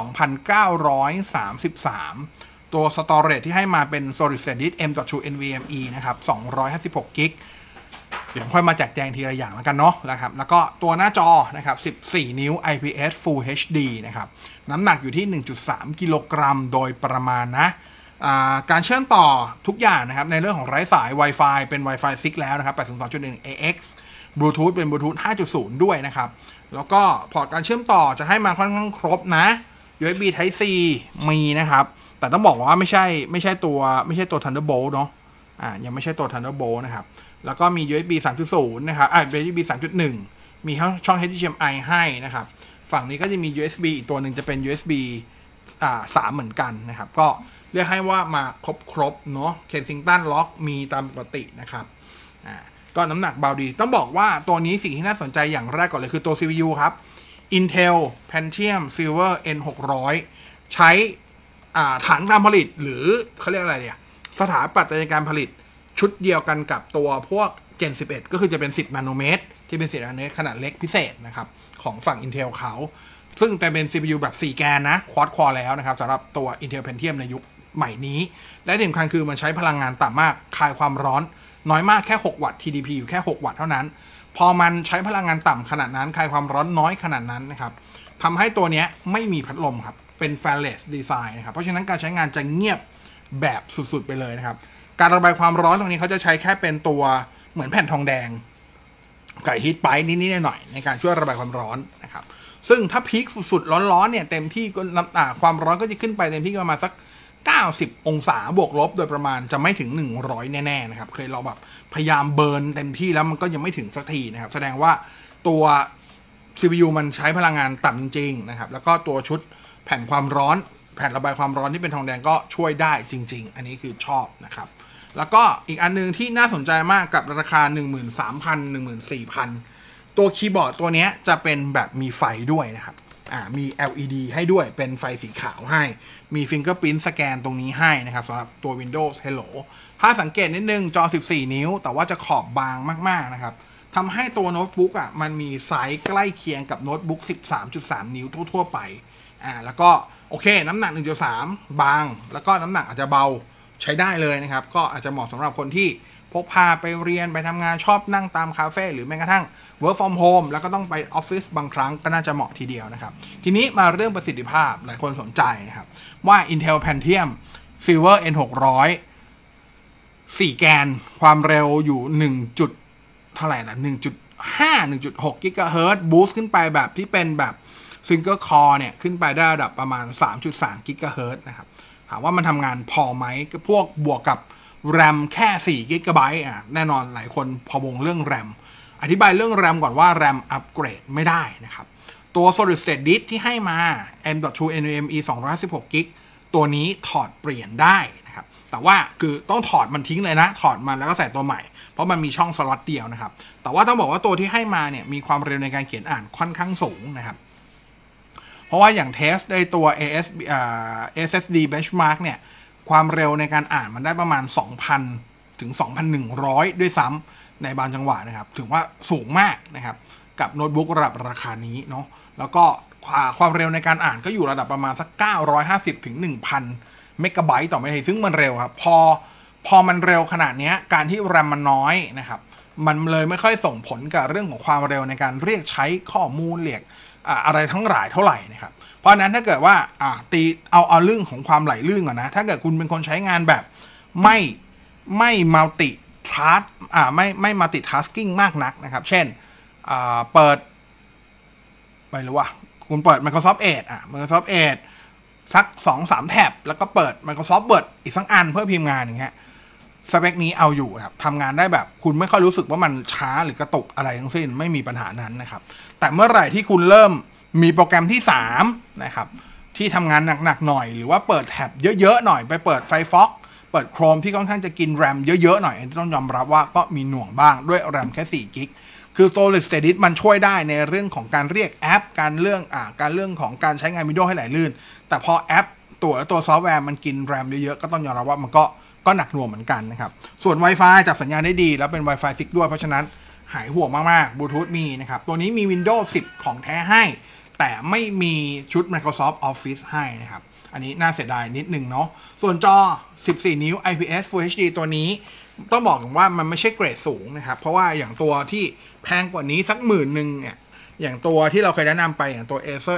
2,933 ตัว Storage ที่ให้มาเป็น Solid State Disk M.2 NVMe นะครับ256 GB เดี๋ยวค่อยมาแจกแจงทีละอย่างแล้วกันเนาะนะครับแล้วก็ตัวหน้าจอนะครับ14 นิ้ว IPS Full HD นะครับน้ำหนักอยู่ที่ 1.3 กิโลกรัมโดยประมาณนะการเชื่อมต่อทุกอย่างนะครับในเรื่องของไร้สาย Wi-Fi เป็น Wi-Fi 6 แล้วนะครับ 802.1 AX Bluetooth เป็น Bluetooth 5.0 ด้วยนะครับแล้วก็พอร์ตการเชื่อมต่อจะให้มาค่อนข้างครบนะ USB Type C มีนะครับแต่ต้องบอกว่าไม่ใช่ตัว Thunderbolt เนาะยังไม่ใช่ตัว Thunderbolt นะครับแล้วก็มี USB 3.0 นะครับUSB 3.1 มีช่อง HDMI ให้นะครับฝั่งนี้ก็จะมี USB อีกตัวหนึ่งจะเป็น USB 3 เหมือนกันนะครับก็เรียกให้ว่ามาครบเนาะ Kensington Lock มีตามปกตินะครับก็น้ำหนักเบาดีต้องบอกว่าตัวนี้สิ่งที่น่าสนใจอย่างแรกก่อนเลยคือตัว CPU ครับ Intel Pentium Silver N600 ใช้ฐานการผลิตหรือเขาเรียกอะไรเนี่ยสถาปัตยการผลิตชุดเดียวกันกับตัวพวก Gen 11 ก็คือจะเป็น10 นาโนเมตรที่เป็น10 นาโนเมตรขนาดเล็กพิเศษนะครับของฝั่ง Intel เขาซึ่งแต่เป็น CPU แบบ4 แกนนะ Quad Core แล้วนะครับสำหรับตัว Intel Pentium ในยุคใหม่นี้และที่สำคัญคือมันใช้พลังงานต่ำมากคายความร้อนน้อยมากแค่6 วัตต์ TDP อยู่แค่6 วัตต์เท่านั้นพอมันใช้พลังงานต่ำขนาดนั้นคายความร้อนน้อยขนาดนั้นนะครับทำให้ตัวนี้ไม่มีพัดลมครับเป็น fanless design นะครับเพราะฉะนั้นการใช้งานจะเงียบแบบสุดๆไปเลยนะครับการระบายความร้อนตรงนี้เขาจะใช้แค่เป็นตัวเหมือนแผ่นทองแดงไก่ฮีทไปนิดๆหน่อยๆในการช่วยระบายความร้อนนะครับซึ่งถ้าพีคสุดๆร้อนๆเนี่ยเต็มที่ก็ความร้อนก็จะขึ้นไปเต็มที่ประมาณสัก90 องศาบวกลบโดยประมาณจะไม่ถึง100แน่ๆนะครับเคยเราแบบพยายามเบิร์นเต็มที่แล้วมันก็ยังไม่ถึงสักทีนะครับแสดงว่าตัว CPU มันใช้พลังงานต่ำจริงๆนะครับแล้วก็ตัวชุดแผ่นความร้อนแผ่นระบายความร้อนที่เป็นทองแดงก็ช่วยได้จริงๆอันนี้คือชอบนะครับแล้วก็อีกอันนึงที่น่าสนใจมากกับราคา 13,000 14,000 ตัวคีย์บอร์ดตัวนี้จะเป็นแบบมีไฟด้วยนะครับมี LED ให้ด้วยเป็นไฟสีขาวให้มี Fingerprint สแกนตรงนี้ให้นะครับสำหรับตัว Windows Hello ถ้าสังเกตนิดนึงจอ 14 นิ้วแต่ว่าจะขอบบางมากๆนะครับทำให้ตัวโน้ตบุ๊กมันมีไซส์ใกล้เคียงกับโน้ตบุ๊ก 13.3 นิ้วทั่วๆไปแล้วก็โอเคน้ำหนัก 1.3 บางแล้วก็น้ำหนักอาจจะเบาใช้ได้เลยนะครับก็อาจจะเหมาะสำหรับคนที่พกพาไปเรียนไปทำงานชอบนั่งตามคาเฟ่หรือแม้กระทั่ง work from home แล้วก็ต้องไปออฟฟิศบางครั้งก็น่าจะเหมาะทีเดียวนะครับทีนี้มาเรื่องประสิทธิภาพหลายคนสนใจนะครับว่า Intel Pentium Silver N600 4 แกนความเร็วอยู่เท่าไหร่ล่ะ 1.6 กิกะเฮิรตซ์บูสต์ขึ้นไปแบบที่เป็นแบบซิงเกิลคอร์เนี่ยขึ้นไปได้ระดับประมาณ 3.3 กิกะเฮิรตซ์นะครับถามว่ามันทำงานพอไหมพวกบวกกับแรมแค่4 กิกะไบต์แน่นอนหลายคนพอวงเรื่องแรมอธิบายเรื่องแรมก่อนว่าแรมอัปเกรดไม่ได้นะครับตัว Solid State Disk ที่ให้มา M.2 NVMe 216 กิกตัวนี้ถอดเปลี่ยนได้นะครับแต่ว่าคือต้องถอดมันทิ้งเลยนะถอดมันแล้วก็ใส่ตัวใหม่เพราะมันมีช่องสล็อตเดียวนะครับแต่ว่าต้องบอกว่าตัวที่ให้มาเนี่ยมีความเร็วในการเขียนอ่านค่อนข้างสูงนะครับเพราะว่าอย่างเทสในตัว SSD Benchmark เนี่ยความเร็วในการอ่านมันได้ประมาณ 2,000 ถึง 2,100 ด้วยซ้ำในบางจังหวะนะครับถือว่าสูงมากนะครับกับโน้ตบุ๊กระดับราคานี้เนาะแล้วก็ความเร็วในการอ่านก็อยู่ระดับประมาณสัก950 ถึง 1,000 เมกะไบต์ต่อนาทีซึ่งมันเร็วครับพอมันเร็วขนาดนี้การที่แรมมันน้อยนะครับมันเลยไม่ค่อยส่งผลกับเรื่องของความเร็วในการเรียกใช้ข้อมูลเรียกอะไรทั้งหลายเท่าไหร่นะครับเพราะนั้นถ้าเกิดว่าตีเอาเรื่องของความไหลลื่นก่อนนะถ้าเกิดคุณเป็นคนใช้งานแบบไม่มัลติทัสไม่มัลติทัสกิ้งมากนักนะครับเช่นเปิดไม่รู้ว่าคุณเปิด Microsoft Edge Microsoft Edge สัก 2-3 แท็บแล้วก็เปิด Microsoft Word อีกสักอันเพื่อพิมพ์งานอย่างเงี้ยสเปคนี้เอาอยู่ครับทำงานได้แบบคุณไม่ค่อยรู้สึกว่ามันช้าหรือกระตุกอะไรทั้งสิ้นไม่มีปัญหานั้นนะครับแต่เมื่อไหร่ที่คุณเริ่มมีโปรแกรมที่3นะครับที่ทำงานหนักๆหน่อยหรือว่าเปิดแท็บเยอะๆหน่อยไปเปิด Firefox เปิด Chrome ที่ค่อนข้างจะกินแรมเยอะๆหน่อยต้องยอมรับว่าก็มีหน่วงบ้างด้วยแรมแค่4 กิกคือ Solid State Disk มันช่วยได้ในเรื่องของการเรียกแอปการเรื่องของการใช้งาน Windows ให้ไหลลื่นแต่พอแอปตัวซอฟต์แวร์มันกินแรมเยอะๆก็ต้องยอมรับว่ามันก็หนักหน่วงเหมือนกันนะครับส่วน Wi-Fi จับสัญญาณได้ดีแล้วเป็น Wi-Fi 6 ด้วยเพราะฉะนั้นหายห่วงมากๆ Bluetooth มีนะครับตัวนี้มี Windows 10 ของแท้ให้แต่ไม่มีชุด Microsoft Office ให้นะครับอันนี้น่าเสียดายนิดนึงเนาะส่วนจอ 14 นิ้ว IPS Full HD ตัวนี้ต้องบอกกันว่ามันไม่ใช่เกรดสูงนะครับเพราะว่าอย่างตัวที่แพงกว่านี้สัก10,000เนี่ยอย่างตัวที่เราเคยแนะนำไปอย่างตัว Acer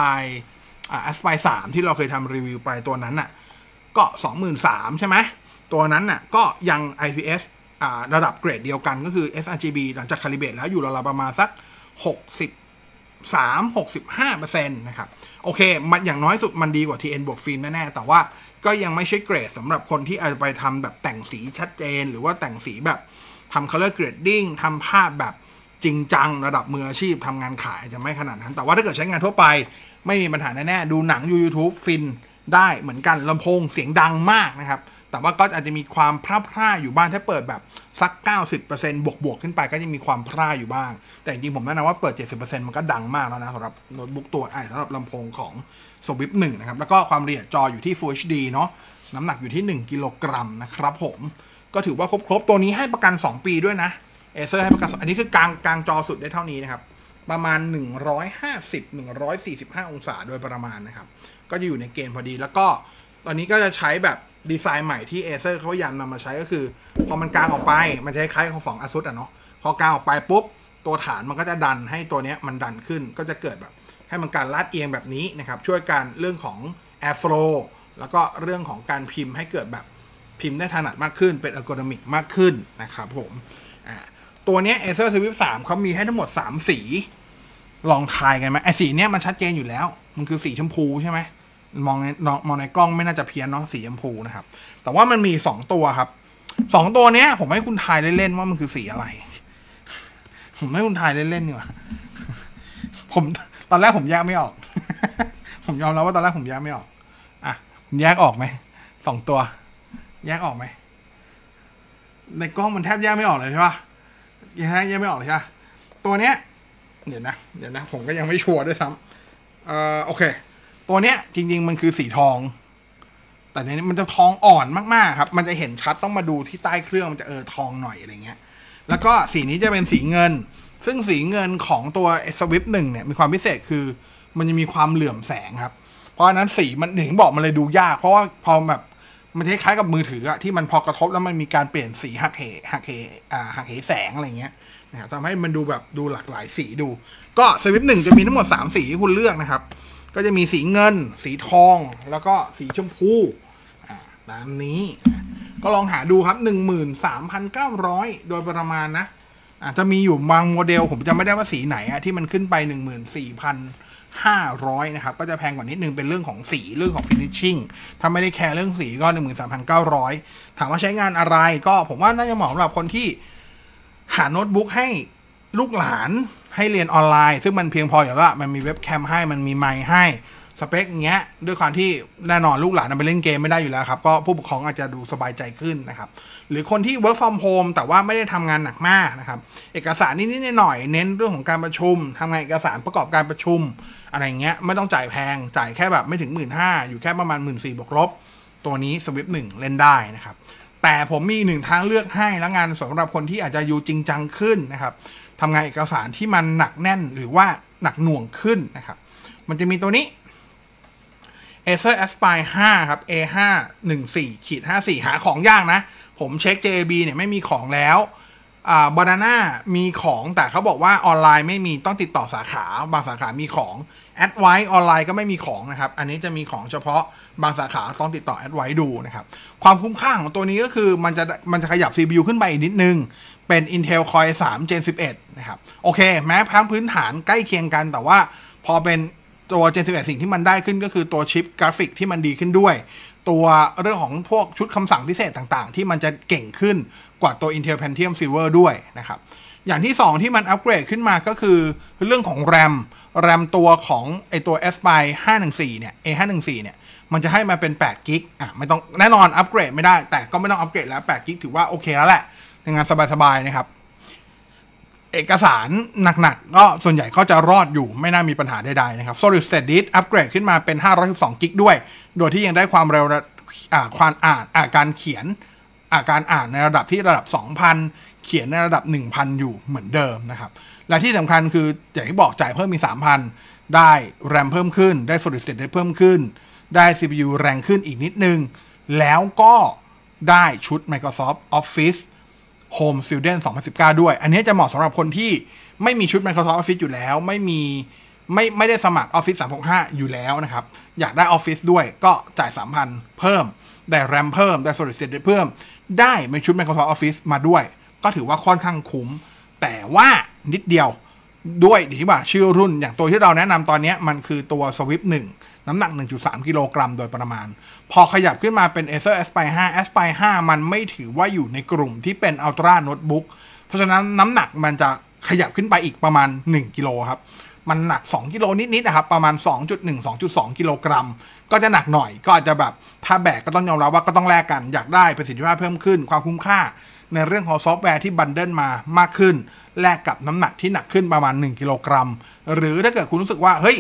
Aspire 3 ที่เราเคยทำรีวิวไปตัวนั้นน่ะก็ 23,000 ใช่ไหมตัวนั้นน่ะก็ยัง IPS ระดับเกรดเดียวกันก็คือ sRGB หลังจากคาลิเบรตแล้วอยู่ราวๆประมาณสัก 65% นะครับโอเคมันอย่างน้อยสุดมันดีกว่า TN บวกฟิล์มแน่ๆแต่ว่าก็ยังไม่ใช่เกรดสำหรับคนที่อาจจะไปทำแบบแต่งสีชัดเจนหรือว่าแต่งสีแบบทำ color grading ทำภาพแบบจริงจังระดับมืออาชีพทำงานขายจะไม่ขนาดนั้นแต่ว่าถ้าเกิดใช้งานทั่วไปไม่มีปัญหาแน่ๆดูหนัง YouTube ฟินได้เหมือนกันลำโพงเสียงดังมากนะครับแต่ว่าก็อาจจะมีความพร่าอยู่บ้างถ้าเปิดแบบสัก 90% บวกขึ้นไปก็จะมีความพร่าอยู่บ้างแต่จริงๆผมแนะนำว่าเปิด 70% มันก็ดังมากแล้วนะสำหรับโน้ตบุ๊กตัวสำหรับลำโพงของ Swift 1นะครับแล้วก็ความละเอียดจออยู่ที่ Full HD เนาะน้ำหนักอยู่ที่1กิโลกรัมนะครับผมก็ถือว่าครบตัวนี้ให้ประกัน2ปีด้วยนะAcer ให้ประกันอันนี้คือกลางจอสุดได้เท่านี้นะครับประมาณ150-145 องศาโดยประมาณนะครับก็จะอยู่ในเกณฑ์พอดีแล้วก็ตอนนี้ก็จะใช้แบบดีไซน์ใหม่ที่ Acer เขาพยายามนำมาใช้ก็คือพอมันกางออกไปมันจะคล้ายๆของ ASUS อ่ะเนาะพอกางออกไปปุ๊บตัวฐานมันก็จะดันให้ตัวเนี้ยมันดันขึ้นก็จะเกิดแบบให้มันการลาดเอียงแบบนี้นะครับช่วยการเรื่องของ Airflow แล้วก็เรื่องของการพิมพ์ให้เกิดแบบพิมพ์ได้ถนัดมากขึ้นเป็นอัลกอริทึมิกมากขึ้นนะครับผมตัวนี้ Acer Swift 3เขามีให้ทั้งหมด3สีลองทายกันไหมไอสีเนี้ยมันชัดเจนอยู่แล้วมันคือสีชมพูใช่ไหมมองในกล้องไม่น่าจะเพี้ยนเนาะสีชมพูนะครับแต่ว่ามันมี2ตัวครับ2ตัวเนี้ยผมให้คุณทายเล่นๆว่ามันคือสีอะไรผมให้คุณทายเล่นๆดีกว่าผมตอนแรกผมแยกไม่ออก ผมยอมรับว่าตอนแรกผมแยกไม่ออกอ่ะคุณแยกออกไหม2ตัวแยกออกไหมในกล้องมันแทบแยกไม่ออกเลยใช่ปะแยกไม่ออกเลยใช่ปะตัวเนี้ยเดี๋ยวนะผมก็ยังไม่ชัวร์ด้วยซ้ำโอเคตัวเนี้ยจริงๆมันคือสีทองแต่ในนี้มันจะทองอ่อนมากๆครับมันจะเห็นชัดต้องมาดูที่ใต้เครื่องมันจะทองหน่อยอะไรเงี้ยแล้วก็สีนี้จะเป็นสีเงินซึ่งสีเงินของตัว Swift 1เนี่ยมีความพิเศษคือมันจะมีความเหลื่อมแสงครับเพราะฉะนั้นสีมันถึงบอกมันเลยดูยากเพราะว่าพอแบบมันคล้ายๆกับมือถืออะที่มันพอกระทบแล้วมันมีการเปลี่ยนสีหักเหแสงอะไรเงี้ยนะครับทำให้มันดูแบบดูหลากหลายสีดูก็ Swift 1จะมีทั้งหมด3สีที่คุณเลือกนะครับก็จะมีสีเงินสีทองแล้วก็สีชมพูตามนี้ก็ลองหาดูครับ 13,900 โดยประมาณนะจะมีอยู่บางโมเดลผมจำไม่ได้ว่าสีไหนอะที่มันขึ้นไป 14,500 นะครับก็จะแพงกว่านิดนึงเป็นเรื่องของสีเรื่องของ finishing ถ้าไม่ได้แคร์เรื่องสีก็ 13,900 ถามว่าใช้งานอะไรก็ผมว่าน่าจะเหมาะสำหรับคนที่หาโน้ตบุ๊กให้ลูกหลานให้เรียนออนไลน์ซึ่งมันเพียงพออยู่แล้วมันมีเว็บแคมให้มันมีไมค์ให้สเปคอย่างเงี้ยด้วยความที่แน่นอนลูกหลานไปเล่นเกมไม่ได้อยู่แล้วครับก็ผู้ปกครองอาจจะดูสบายใจขึ้นนะครับหรือคนที่ work from home แต่ว่าไม่ได้ทำงานหนักมากนะครับเอกสารนิดๆหน่อยๆเน้นเรื่องของการประชุมทำงานเอกสารประกอบการประชุมอะไรเงี้ยไม่ต้องจ่ายแพงจ่ายแค่แบบไม่ถึง 15,000 อยู่แค่ประมาณ 14,000 บวกลบตัวนี้ Swift 1 เล่นได้นะครับแต่ผมมีหนึ่งทางเลือกให้แล้วงานสำหรับคนที่อาจจะอยู่จริงจังขึ้นนะครับทำงานเอกสารที่มันหนักแน่นหรือว่าหนักหน่วงขึ้นนะครับมันจะมีตัวนี้ Acer Aspire 5 ครับ A514-54 หาของยากนะผมเช็ค JAB เนี่ยไม่มีของแล้วBanana มีของแต่เขาบอกว่าออนไลน์ไม่มีต้องติดต่อสาขาบางสาขามีของ Advice ออนไลน์ก็ไม่มีของนะครับอันนี้จะมีของเฉพาะบางสาขาต้องติดต่อ Advice ดูนะครับความคุ้มค่าของตัวนี้ก็คือมันจะขยับ CPU ขึ้นไปอีกนิดนึงเป็น Intel Core i3 Gen 11 นะครับโอเคแม้พื้นฐานใกล้เคียงกันแต่ว่าพอเป็นตัว Gen 11 สิ่งที่มันได้ขึ้นก็คือตัวชิปกราฟิกที่มันดีขึ้นด้วยตัวเรื่องของพวกชุดคำสั่งพิเศษต่างๆที่มันจะเก่งขึ้นกว่าตัว Intel Pentium Silver ด้วยนะครับอย่างที่2ที่มันอัปเกรดขึ้นมาก็คือเรื่องของ RAM ตัวของไอตัว Aspire 514 เนี่ย A514 เนี่ยมันจะให้มาเป็น8 กิกไม่ต้องแน่นอนอัปเกรดไม่ได้แต่ก็ไม่ต้องอัปเกรดแล้ว8 กิกถือว่าโอเคแล้วแหละทำงานสบายๆนะครับเอกสารหนักๆก็ส่วนใหญ่ก็จะรอดอยู่ไม่น่ามีปัญหาใดๆนะครับ Solid State Disk อัปเกรดขึ้นมาเป็น512 กิกด้วยโดยที่ยังได้ความเร็วความการเขียนการอ่านในระดับที่ระดับ 2,000 เขียนในระดับ 1,000 อยู่เหมือนเดิมนะครับและที่สำคัญคืออย่างที่บอกจ่ายเพิ่มมี 3,000 ได้ RAM เพิ่มขึ้นได้ Solid State ได้เพิ่มขึ้นได้ CPU แรงขึ้นอีกนิดนึงแล้วก็ได้ชุด Microsoft Office Home Student 2019 ด้วยอันนี้จะเหมาะสำหรับคนที่ไม่มีชุด Microsoft Office อยู่แล้วไม่ได้สมัคร Office 365 อยู่แล้วนะครับอยากได้ Office ด้วยก็จ่าย 3,000 เพิ่มได้ RAM เพิ่มได้ Solid State เพิ่มได้เป็นชุด Microsoft Office มาด้วยก็ถือว่าค่อนข้างคุ้มแต่ว่านิดเดียวด้วยดีกว่าชื่อรุ่นอย่างตัวที่เราแนะนำตอนนี้มันคือตัว Swift 1 น้ำหนัก 1.3 กิโลกรัมโดยประมาณพอขยับขึ้นมาเป็น Acer Aspire 5 Aspire 5 มันไม่ถือว่าอยู่ในกลุ่มที่เป็น Ultra Notebook เพราะฉะนั้นน้ำหนักมันจะขยับขึ้นไปอีกประมาณ1กิโลครับมันหนัก2กิโลนิดๆนะครับประมาณ 2.1-2.2 กิโลกรัมก็จะหนักหน่อยก็อาจจะแบบถ้าแบกก็ต้องยอมรับว่าก็ต้องแลกกันอยากได้ประสิทธิภาพเพิ่มขึ้นความคุ้มค่าในเรื่องของซอฟต์แวร์ที่บันเดิลมามากขึ้นแลกกับน้ำหนักที่หนักขึ้นประมาณ1กิโลกรัมหรือถ้าเกิดคุณรู้สึกว่าเฮ้ย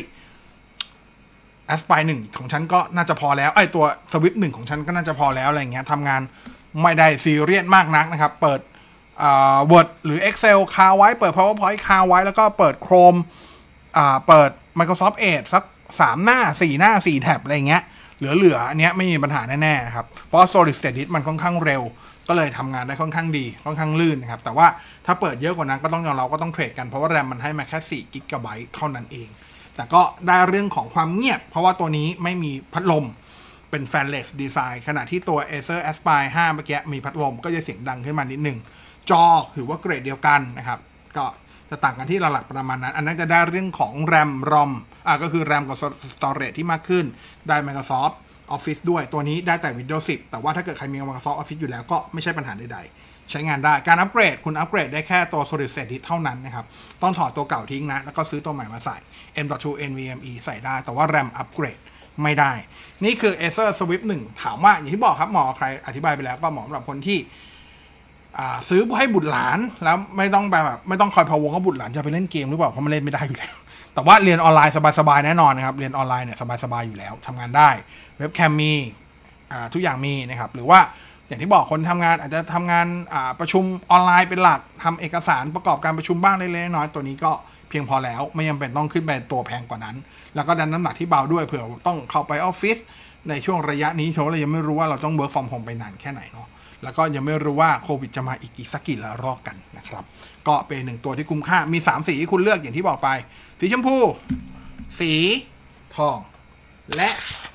Aspire 1ของฉันก็น่าจะพอแล้วไอ้ตัว Swift 1ของฉันก็น่าจะพอแล้วอะไรเงี้ยทำงานไม่ได้ซีเรียสมากนักนะครับเปิดWord หรือ Excel คาไว้เปิด PowerPoint คาไว้แล้วก็เปิด Chrome เปิด Microsoft Edge สัก3หน้า4หน้า4แท็บอะไรเงี้ยเหลืออันเนี้ยไม่มีปัญหาแน่ๆนะครับเพราะ Solid State Disk มันค่อนข้างเร็วก็เลยทำงานได้ค่อนข้างดีค่อนข้างลื่นนะครับแต่ว่าถ้าเปิดเยอะกว่านั้นก็ต้องยอมรับก็ต้องเทรดกันเพราะว่าแรมมันให้มาแค่4 GB เท่านั้นเองแต่ก็ได้เรื่องของความเงียบเพราะว่าตัวนี้ไม่มีพัดลมเป็น Fanless Design ขณะที่ตัว Acer Aspire 5 เมื่อกี้มีพัดลมก็จะเสียงดังขึ้นมานิดนึงจอถือว่าเกรดเดียวกันนะครับก็จะต่างกันที่หลักๆประมาณนั้นอันนั้นจะได้เรื่องของ RAM ROM ก็คือ RAM กับ Storage ที่มากขึ้นได้ Microsoft Office ด้วยตัวนี้ได้แต่ Windows 10 แต่ว่าถ้าเกิดใครมี Microsoft Office อยู่แล้วก็ไม่ใช่ปัญหาใดๆใช้งานได้การอัปเกรดคุณอัปเกรดได้แค่ตัว Solid State Disk เท่านั้นนะครับต้องถอดตัวเก่าทิ้งนะแล้วก็ซื้อตัวใหม่มาใส่ M.2 NVMe ใส่ได้แต่ว่า RAM อัปเกรดไม่ได้นี่คือ Acer Swift 1ถามว่าอย่างที่บอกครับหมอใครอธิบายไปแล้วก็เหมาะสำหรับคนที่ซื้อให้บุตรหลานแล้วไม่ต้องแบบไม่ต้องคอยพะวงว่าบุตรหลานจะไปเล่นเกมหรือเปล่าเพราะมันเล่นไม่ได้อยู่แล้วแต่ว่าเรียนออนไลน์สบายๆแน่นอนนะครับเรียนออนไลน์เนี่ยสบายๆอยู่แล้วทำงานได้เว็บแคมมีทุกอย่างมีนะครับหรือว่าอย่างที่บอกคนทำงานอาจจะทำงานประชุมออนไลน์เป็นหลักทำเอกสารประกอบการประชุมบ้างเล็กๆน้อยๆตัวนี้ก็เพียงพอแล้วไม่จำเป็นต้องขึ้นไปตัวแพงกว่านั้นแล้วก็ดันน้ำหนักที่เบาด้วยเผื่อต้องเข้าไปออฟฟิศในช่วงระยะนี้เรายังไม่รู้ว่าเราต้อง work from home ไปนานแค่ไหนเนาะแล้วก็ยังไม่รู้ว่าโควิดจะมาอีกสักกี่ละรอกกันนะครับก็เป็นหนึ่งตัวที่คุ้มค่ามี3สีที่คุณเลือกอย่างที่บอกไปสีชมพูสีทองและ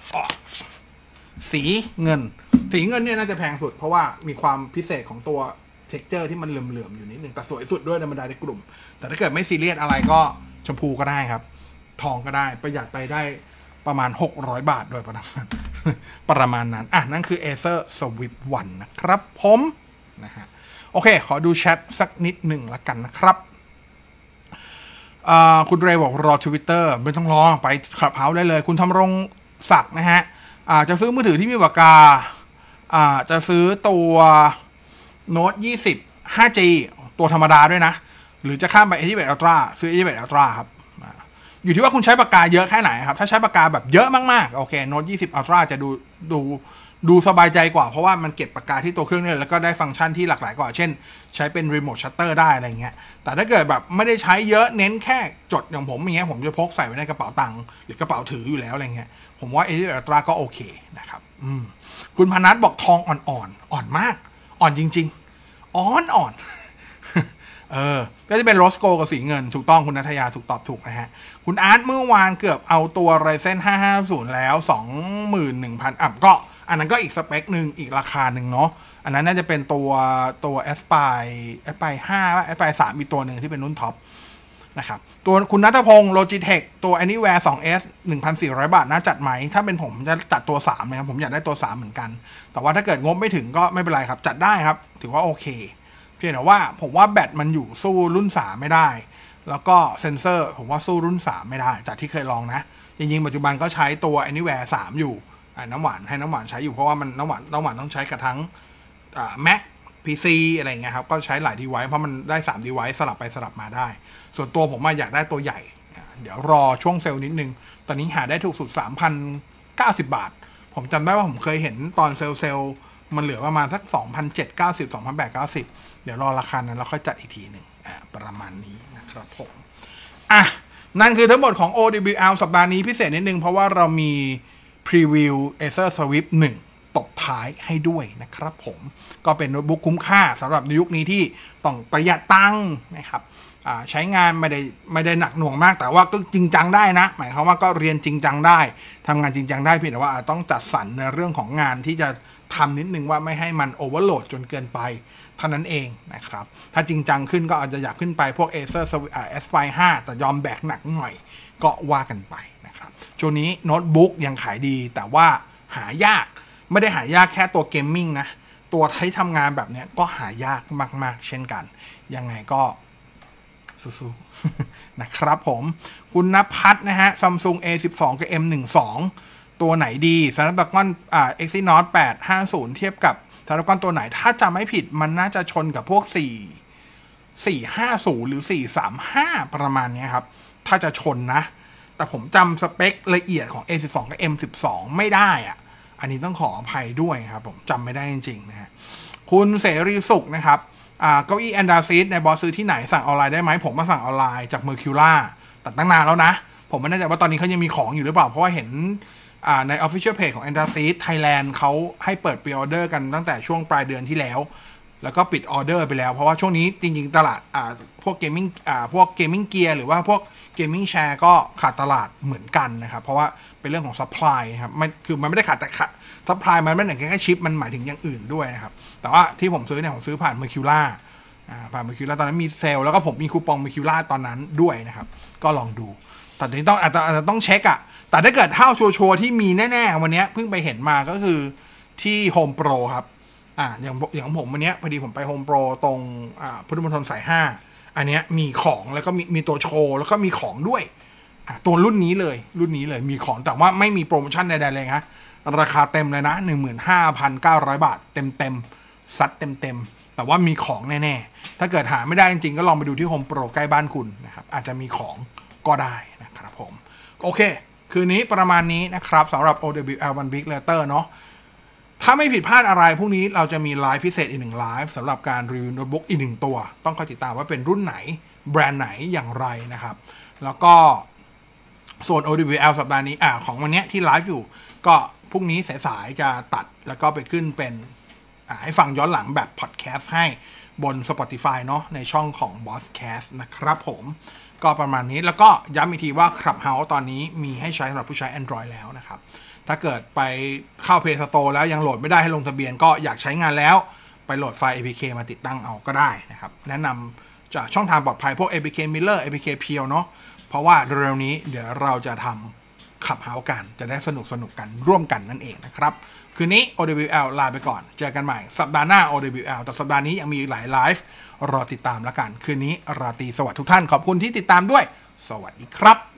สีเงินเนี่ยน่าจะแพงสุดเพราะว่ามีความพิเศษของตัวเท็กเจอร์ที่มันเหลื่อมๆอยู่นิดนึงแต่สวยสุดด้วยในบรรดาในกลุ่มแต่ถ้าเกิดไม่ซีเรียสอะไรก็ชมพูก็ได้ครับทองก็ได้ประหยัดไปได้ประมาณ600 บาทโดยประมาณนั้นนั่นคือ Acer Swift 1 นะครับผมนะฮะโอเคขอดูแชทสักนิดหนึ่งละกันนะครับคุณเรย์บอกรอ Twitter ไม่ต้องรอไปขับเฮาได้เลยคุณทำรงศักดิ์นะฮะจะซื้อมือถือที่มีปากกาจะซื้อตัวโน้ต20 5G ตัวธรรมดาด้วยนะหรือจะข้ามไป A21 Ultra ซื้อ A21 Ultra ครับอยู่ที่ว่าคุณใช้ปากกาเยอะแค่ไหนครับถ้าใช้ปากกาแบบเยอะมากๆโอเคโน้ต20 Ultra จะดูสบายใจกว่าเพราะว่ามันเก็บปากกาที่ตัวเครื่องเนี่ยแล้วก็ได้ฟังก์ชันที่หลากหลายกว่าเช่นใช้เป็น Remote Shutter ได้อะไรเงี้ยแต่ถ้าเกิดแบบไม่ได้ใช้เยอะเน้นแค่จดอย่างผมอย่างเงี้ยผมจะพกใส่ไว้ในกระเป๋าตังค์หรือกระเป๋าถืออยู่แล้วอะไรเงี้ยผมว่า A21 Ultra ก็โอเคนะครับคุณพนัทบอกทองอ่อนมากอ่อนจริงๆอ่อนก็จะเป็นโรสโกกับสีเงินถูกต้องคุณนัทยาถูกนะฮะคุณอาร์ตเมื่อวานเกือบเอาตัว Ryzen 550แล้ว 21,000 อัพก็อันนั้นก็อีกสเปคหนึ่งอีกราคาหนึ่งเนาะอันนั้นน่าจะเป็นตัว Aspire 5 Aspire 3 มีตัวหนึ่งที่เป็นรุ่นท็อปนะครับตัวคุณณัฐพงศ์ Logitech ตัว Anywhere 2S 1,400 บาทน่าจัดไหมถ้าเป็นผมจะจัดตัว3นะครับผมอยากได้ตัว3เหมือนกันแต่ว่าถ้าเกิดงบไม่ถึงก็ไม่เป็นไรครับจัดได้ครับถือว่าโอเคเพียงแต่ว่าผมว่าแบตมันอยู่สู้รุ่น3ไม่ได้แล้วก็เซนเซอร์ผมว่าสู้รุ่น3ไม่ได้จากที่เคยลองนะจริงๆปัจจุบันก็ใช้ตัว Anywhere 3 อยู่น้ำหวานใช้อยู่เพราะว่ามันน้ำหวานต้องใช้กับทั้งMac PC อะไรเงี้ยครับก็ใช้หลายดีไวซ์เพราะมันได้3ดีไวซ์สลับไปสลับมาได้ส่วนตัวผมอยากได้ตัวใหญ่เดี๋ยวรอช่วงเซลล์นิดนึงตอนนี้หาได้ถูกสุด 3,090 บาทผมจำได้ว่าผมเคยเห็นตอนเซลล์มันเหลือประมาณสัก 2,790 2,890 เดี๋ยวรอราคานั้นแล้วค่อยจัดอีกทีหนึ่งประมาณนี้นะครับผมนั่นคือทั้งหมดของ OWL สัปดาห์นี้พิเศษนิดนึงเพราะว่าเรามีพรีวิว Acer Swift 1 ตบท้ายให้ด้วยนะครับผมก็เป็นโน้ตบุ๊กคุ้มค่าสำหรับในยุคนี้ที่ต้องประหยัดตังค์นะครับใช้งานไม่ได้หนักหน่วงมากแต่ว่าก็จริงจังได้นะหมายความว่าก็เรียนจริงจังได้ทำงานจริงจังได้เพียงแต่ว่าต้องจัดสรรในเรื่องของงานที่จะทำนิดนึงว่าไม่ให้มันโอเวอร์โหลดจนเกินไปเท่านั้นเองนะครับถ้าจริงจังขึ้นก็อาจจะอยากขึ้นไปพวก Acer Aspire 5 แต่ยอมแบกหนักหน่อยก็ว่ากันไปนะครับช่วงนี้โน้ตบุ๊กยังขายดีแต่ว่าหายากไม่ได้หายากแค่ตัวเกมมิ่งนะตัวที่ทำงานแบบนี้ก็หายากมากๆเช่นกันยังไงก็สู้ๆ นะครับผมคุณณภัทรนะฮะ Samsung A12 กับ M12 ตัวไหนดี Snapdragon Exynos 850เทียบกับ Snapdragon ตัวไหนถ้าจำไม่ผิดมันน่าจะชนกับพวก450หรือ435ประมาณนี้ครับถ้าจะชนนะแต่ผมจำสเปคละเอียดของ A12 กับ M12 ไม่ได้อ่ะอันนี้ต้องขออภัยด้วยครับผมจำไม่ได้จริงๆนะฮะคุณเสรีสุขนะครับเก้าอี้แอนดาซิสในบอสซื้อที่ไหนสั่งออนไลน์ได้ไหมผมมาสั่งออนไลน์จาก Mercura แต่ตั้งนานแล้วนะผมไม่แน่ใจว่าตอนนี้เขายังมีของอยู่หรือเปล่าเพราะว่าเห็นใน Official Page ของ Andasis Thailand เขาให้เปิดpre order กันตั้งแต่ช่วงปลายเดือนที่แล้วก็ปิดออเดอร์ไปแล้วเพราะว่าช่วงนี้จริงๆตลาดพวกเกมมิ่งเกียร์หรือว่าพวกเกมมิ่งแชร์ก็ขาดตลาดเหมือนกันนะครับเพราะว่าเป็นเรื่องของซัพพลายครับคือมันไม่ได้ขาดแต่ซัพพลายมันไม่ได้แค่ชิปมันหมายถึงอย่างอื่นด้วยนะครับแต่ว่าที่ผมซื้อเนี่ยผมซื้อผ่าน Mercura ผ่าน Mercura ตอนนั้นมีเซลล์แล้วก็ผมมีคูปอง Mercura ตอนนั้นด้วยนะครับก็ลองดูแต่ทีนี้อาจจะต้องเช็คแต่ถ้าเกิดเท่าชัวร์ที่มีแน่ๆวันนี้เพิ่งไปเห็นมาก็คือที่ Home Pro ครับอย่างผมวันนี้พอดีผมไป Home Pro ตรงพุทธมณฑลสาย5อันนี้มีของแล้วก็มีตัวโชว์แล้วก็มีของด้วยตัวรุ่นนี้เลยมีของแต่ว่าไม่มีโปรโมชั่นใดๆเลยนะราคาเต็มเลยนะ 15,900 บาทเต็มซัดเต็มแต่ว่ามีของแน่ๆถ้าเกิดหาไม่ได้จริงๆก็ลองไปดูที่ Home Pro ใกล้บ้านคุณนะครับอาจจะมีของก็ได้นะครับผมโอเคคืนนี้ประมาณนี้นะครับสำหรับ OWL One Week Later เนาะถ้าไม่ผิดพลาดอะไรพรุ่งนี้เราจะมีไลฟ์พิเศษอีก1ไลฟ์สำหรับการรีวิวโน้ตบุ๊กอีก1ตัวต้องคอยติดตามว่าเป็นรุ่นไหนแบรนด์ไหนอย่างไรนะครับแล้วก็ส่วน OWL สัปดาห์นี้ของวันนี้ที่ไลฟ์อยู่ก็พรุ่งนี้สายๆจะตัดแล้วก็ไปขึ้นเป็นให้ฟังย้อนหลังแบบพอดแคสต์ให้บน Spotify เนาะในช่องของ Bosscast นะครับผมก็ประมาณนี้แล้วก็ย้ำอีกทีว่า Clubhouse ตอนนี้มีให้ใช้สำหรับผู้ใช้ Android แล้วนะครับถ้าเกิดไปเข้า Play Store แล้วยังโหลดไม่ได้ให้ลงทะเบียนก็อยากใช้งานแล้วไปโหลดไฟล์ APK มาติดตั้งเอาก็ได้นะครับแนะนำจากช่องทางปลอดภัยพวก APK Miller APK Pure เนาะเพราะว่าเร็วๆนี้เดี๋ยวเราจะทำClubhouseกันจะได้สนุกกันร่วมกันนั่นเองนะครับคืนนี้ OWL ลาไปก่อนเจอกันใหม่สัปดาห์หน้า OWL แต่สัปดาห์นี้ยังมีหลายไลฟ์รอติดตามแล้วกันคืนนี้ราตรีสวัสดิ์ทุกท่านขอบคุณที่ติดตามด้วยสวัสดีครับ